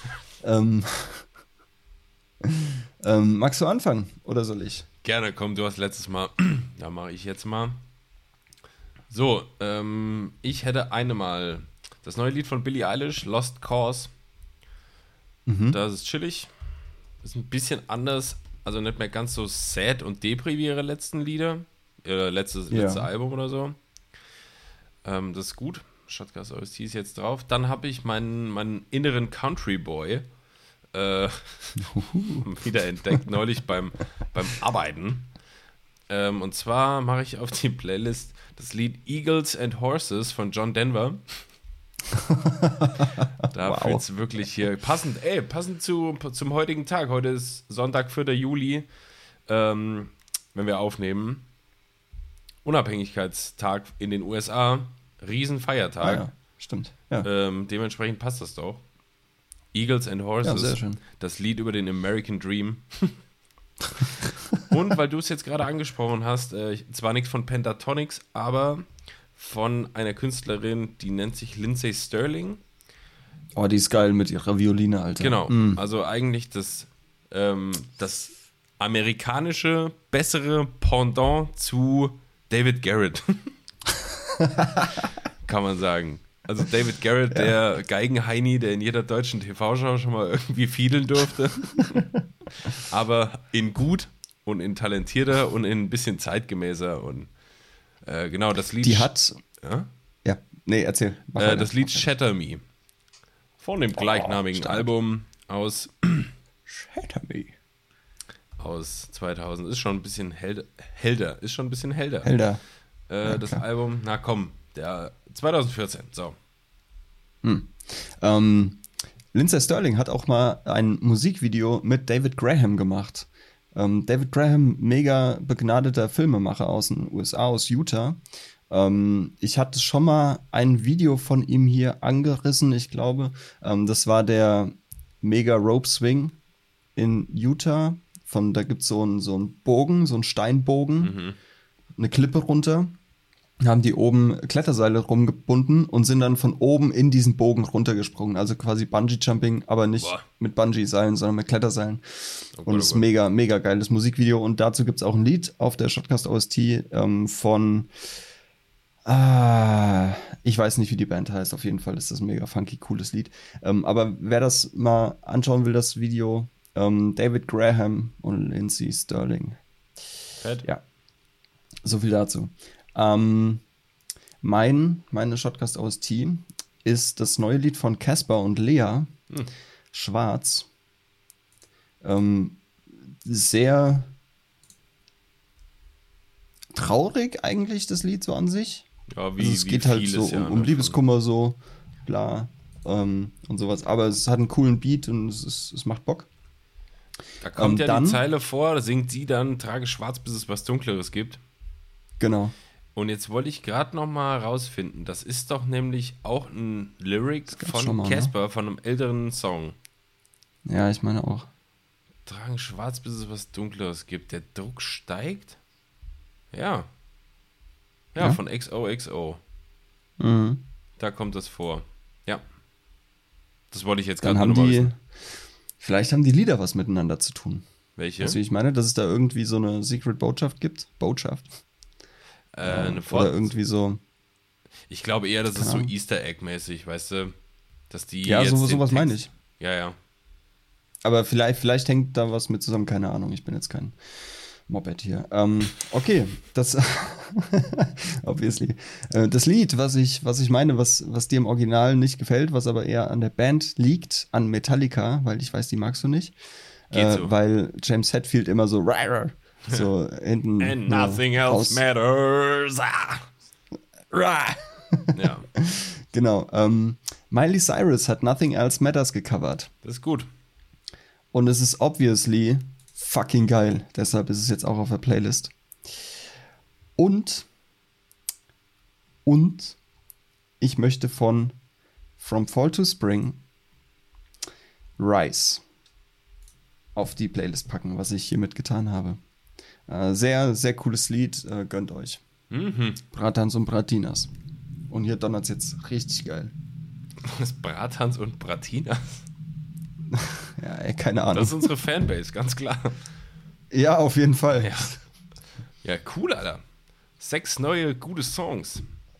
Magst du anfangen oder soll ich? Gerne, komm, du hast letztes Mal. Da mache ich jetzt mal. So, ich hätte mal das neue Lied von Billie Eilish, Lost Cause. Das ist chillig. Ist ein bisschen anders, also nicht mehr ganz so sad und depri wie ihre letzten Lieder. Ihr letzte Album oder so. Das ist gut. Shotcast OST ist jetzt drauf. Dann habe ich meinen inneren Country Boy wieder entdeckt, neulich beim Arbeiten. Und zwar mache ich auf die Playlist das Lied Eagles and Horses von John Denver. Da fühlt es wirklich hier passend zum heutigen Tag. Heute ist Sonntag, 4. Juli, wenn wir aufnehmen. Unabhängigkeitstag in den USA. Riesenfeiertag. Ja, stimmt. Ja. Dementsprechend passt das doch. Eagles and Horses, ja, sehr schön. Das Lied über den American Dream. Und weil du es jetzt gerade angesprochen hast, zwar nichts von Pentatonix, aber von einer Künstlerin, die nennt sich Lindsey Sterling. Oh, die ist geil mit ihrer Violine, Alter. Genau, also eigentlich das amerikanische, bessere Pendant zu David Garrett. Kann man sagen. Also David Garrett, der Geigenheini, der in jeder deutschen TV-Show schon mal irgendwie fiedeln durfte. Aber in gut und in talentierter und in ein bisschen zeitgemäßer. Und genau, das Lied... Die hat... Ja? Ja, nee, erzähl. Mach weiter. Das Lied Shatter Me von dem gleichnamigen stark. Album aus Shatter Me. aus 2000. Ist schon ein bisschen helder. Ist schon ein bisschen helder. Helder. Das Album, na komm, der 2014. So. Lindsey Sterling hat auch mal ein Musikvideo mit David Graham gemacht. David Graham, mega begnadeter Filmemacher aus den USA, aus Utah. Ich hatte schon mal ein Video von ihm hier angerissen, ich glaube. Das war der Mega Rope Swing in Utah. Da gibt es so einen Bogen, so einen Steinbogen, eine Klippe runter. Haben die oben Kletterseile rumgebunden und sind dann von oben in diesen Bogen runtergesprungen. Also quasi Bungee-Jumping, aber nicht mit Bungee-Seilen, sondern mit Kletterseilen. Und es ist mega, mega geiles Musikvideo. Und dazu gibt es auch ein Lied auf der Shotcast OST von ich weiß nicht, wie die Band heißt. Auf jeden Fall ist das ein mega funky, cooles Lied. Aber wer das mal anschauen will, das Video, David Graham und Lindsey Sterling. Fett. Ja, so viel dazu. Meine Shotcast OST ist das neue Lied von Casper und Lea, Schwarz. Sehr traurig eigentlich, das Lied so an sich. Ja, Also es geht halt so um Liebeskummer, so, bla, und sowas. Aber es hat einen coolen Beat und es macht Bock. Da kommt ja dann, die Zeile vor, da singt sie dann, trage schwarz, bis es was Dunkleres gibt. Genau. Und jetzt wollte ich gerade noch mal rausfinden, das ist doch nämlich auch ein Lyric schon von mal, Casper, von einem älteren Song. Ja, ich meine auch. Tragen schwarz, bis es was Dunkleres gibt. Der Druck steigt? Ja. Ja, von XOXO. Mhm. Da kommt das vor. Ja. Das wollte ich jetzt Dann gerade haben noch mal die, wissen. vielleicht haben die Lieder was miteinander zu tun. Welche? Weißt du, wie ich meine? Dass es da irgendwie so eine Secret Botschaft gibt? Eine Oder irgendwie so. Ich glaube eher, das ist so Ahnung. Easter Egg-mäßig, weißt du? Dass die Ja, jetzt den sowas Text- meine ich. Ja, ja. Aber vielleicht hängt da was mit zusammen, keine Ahnung. Ich bin jetzt kein Moped hier. Okay, das obviously. Das Lied, was ich meine, was dir im Original nicht gefällt, was aber eher an der Band liegt, an Metallica, weil ich weiß, die magst du nicht. Geht so. Weil James Hetfield immer so so hinten. And nur nothing else matters. Ah. Ja, Genau. Miley Cyrus hat Nothing Else Matters gecovert. das ist gut. Und es ist obviously fucking geil. Deshalb ist es jetzt auch auf der Playlist. Und ich möchte von From Fall to Spring Rise auf die Playlist packen, was ich hiermit getan habe. Sehr, sehr cooles Lied. Gönnt euch. Bratans und Bratinas. Und hier donnert's jetzt richtig geil. Das Bratans und Bratinas. Ja, ey, keine Ahnung. Das ist unsere Fanbase, ganz klar. Ja, auf jeden Fall. Ja. Ja, cool, Alter. 6 neue, gute Songs.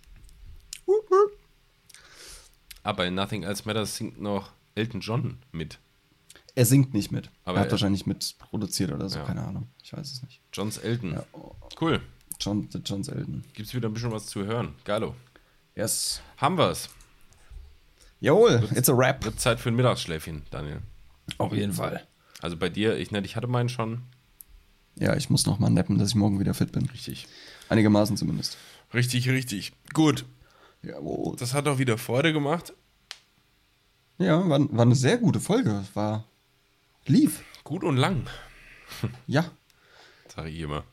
Aber in Nothing Else Matters singt noch Elton John mit. Er singt nicht mit. Aber er hat er- wahrscheinlich mit produziert oder so, Ja. keine Ahnung. Ich weiß es nicht. Johns Elton. Ja. Cool. John Selden. Gibt's wieder ein bisschen was zu hören. Geilo. Yes. Haben wir's. Jawohl, it's a rap. Wird Zeit für ein Mittagsschläfchen, Daniel. Auf jeden Fall. Also bei dir, ich hatte meinen schon. Ja, ich muss noch mal nappen, dass ich morgen wieder fit bin. Richtig. Einigermaßen zumindest. Richtig, richtig. Gut. Jawohl. Das hat auch wieder Freude gemacht. Ja, war eine sehr gute Folge. Lief. Gut und lang, Ja. sage ich immer.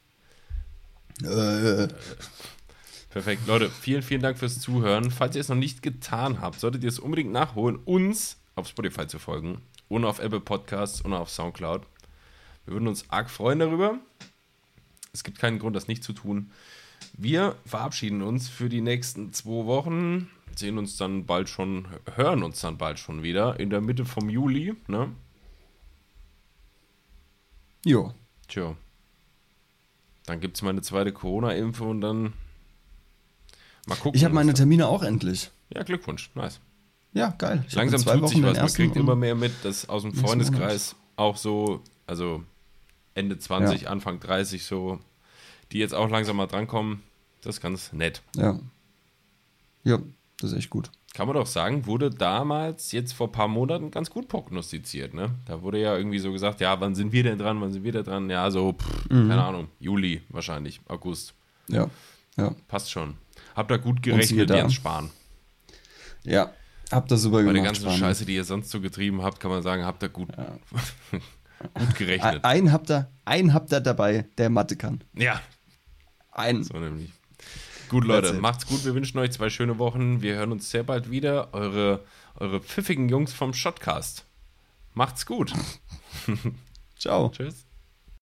Äh, Perfekt. Leute, vielen, vielen Dank fürs Zuhören. Falls ihr es noch nicht getan habt, solltet ihr es unbedingt nachholen, uns auf Spotify zu folgen und auf Apple Podcasts und auf Soundcloud. Wir würden uns arg freuen darüber. Es gibt keinen Grund, das nicht zu tun. Wir verabschieden uns für die nächsten 2 Wochen. hören uns dann bald schon wieder in der Mitte vom Juli, ne? Jo. Tja. Dann gibt es meine zweite Corona-Impfung und dann mal gucken. Ich habe meine was Termine auch endlich. da- Ja, Glückwunsch, nice. Ja, geil. Ich hab Langsam in 2 tut sich Wochen den was. Man ersten kriegt und- immer mehr mit, dass aus dem nächsten Freundeskreis auch so, also Ende 20, Anfang 30 so, die jetzt auch langsam mal drankommen. Das ist ganz nett. Ja. Ja, das ist echt gut. Kann man doch sagen, wurde damals, jetzt vor ein paar Monaten, ganz gut prognostiziert, ne? Da wurde ja irgendwie so gesagt, ja, wann sind wir denn dran? Ja, so, keine Ahnung, Juli wahrscheinlich, August. Ja. Ja. Passt schon. Habt ihr gut siehe gerechnet, da. Jens Spahn. Ja. Habt ihr super Bei der gemacht, ganzen Spahn. Scheiße, die ihr sonst so getrieben habt, kann man sagen, habt ihr gut, gut gerechnet. Einen habt ihr dabei, der Mathe kann. Ja, Einen. so nämlich. Gut, Leute, That's it. macht's gut. Wir wünschen euch 2 schöne Wochen. Wir hören uns sehr bald wieder. Eure pfiffigen Jungs vom Shotcast. Macht's gut. Ciao. Tschüss.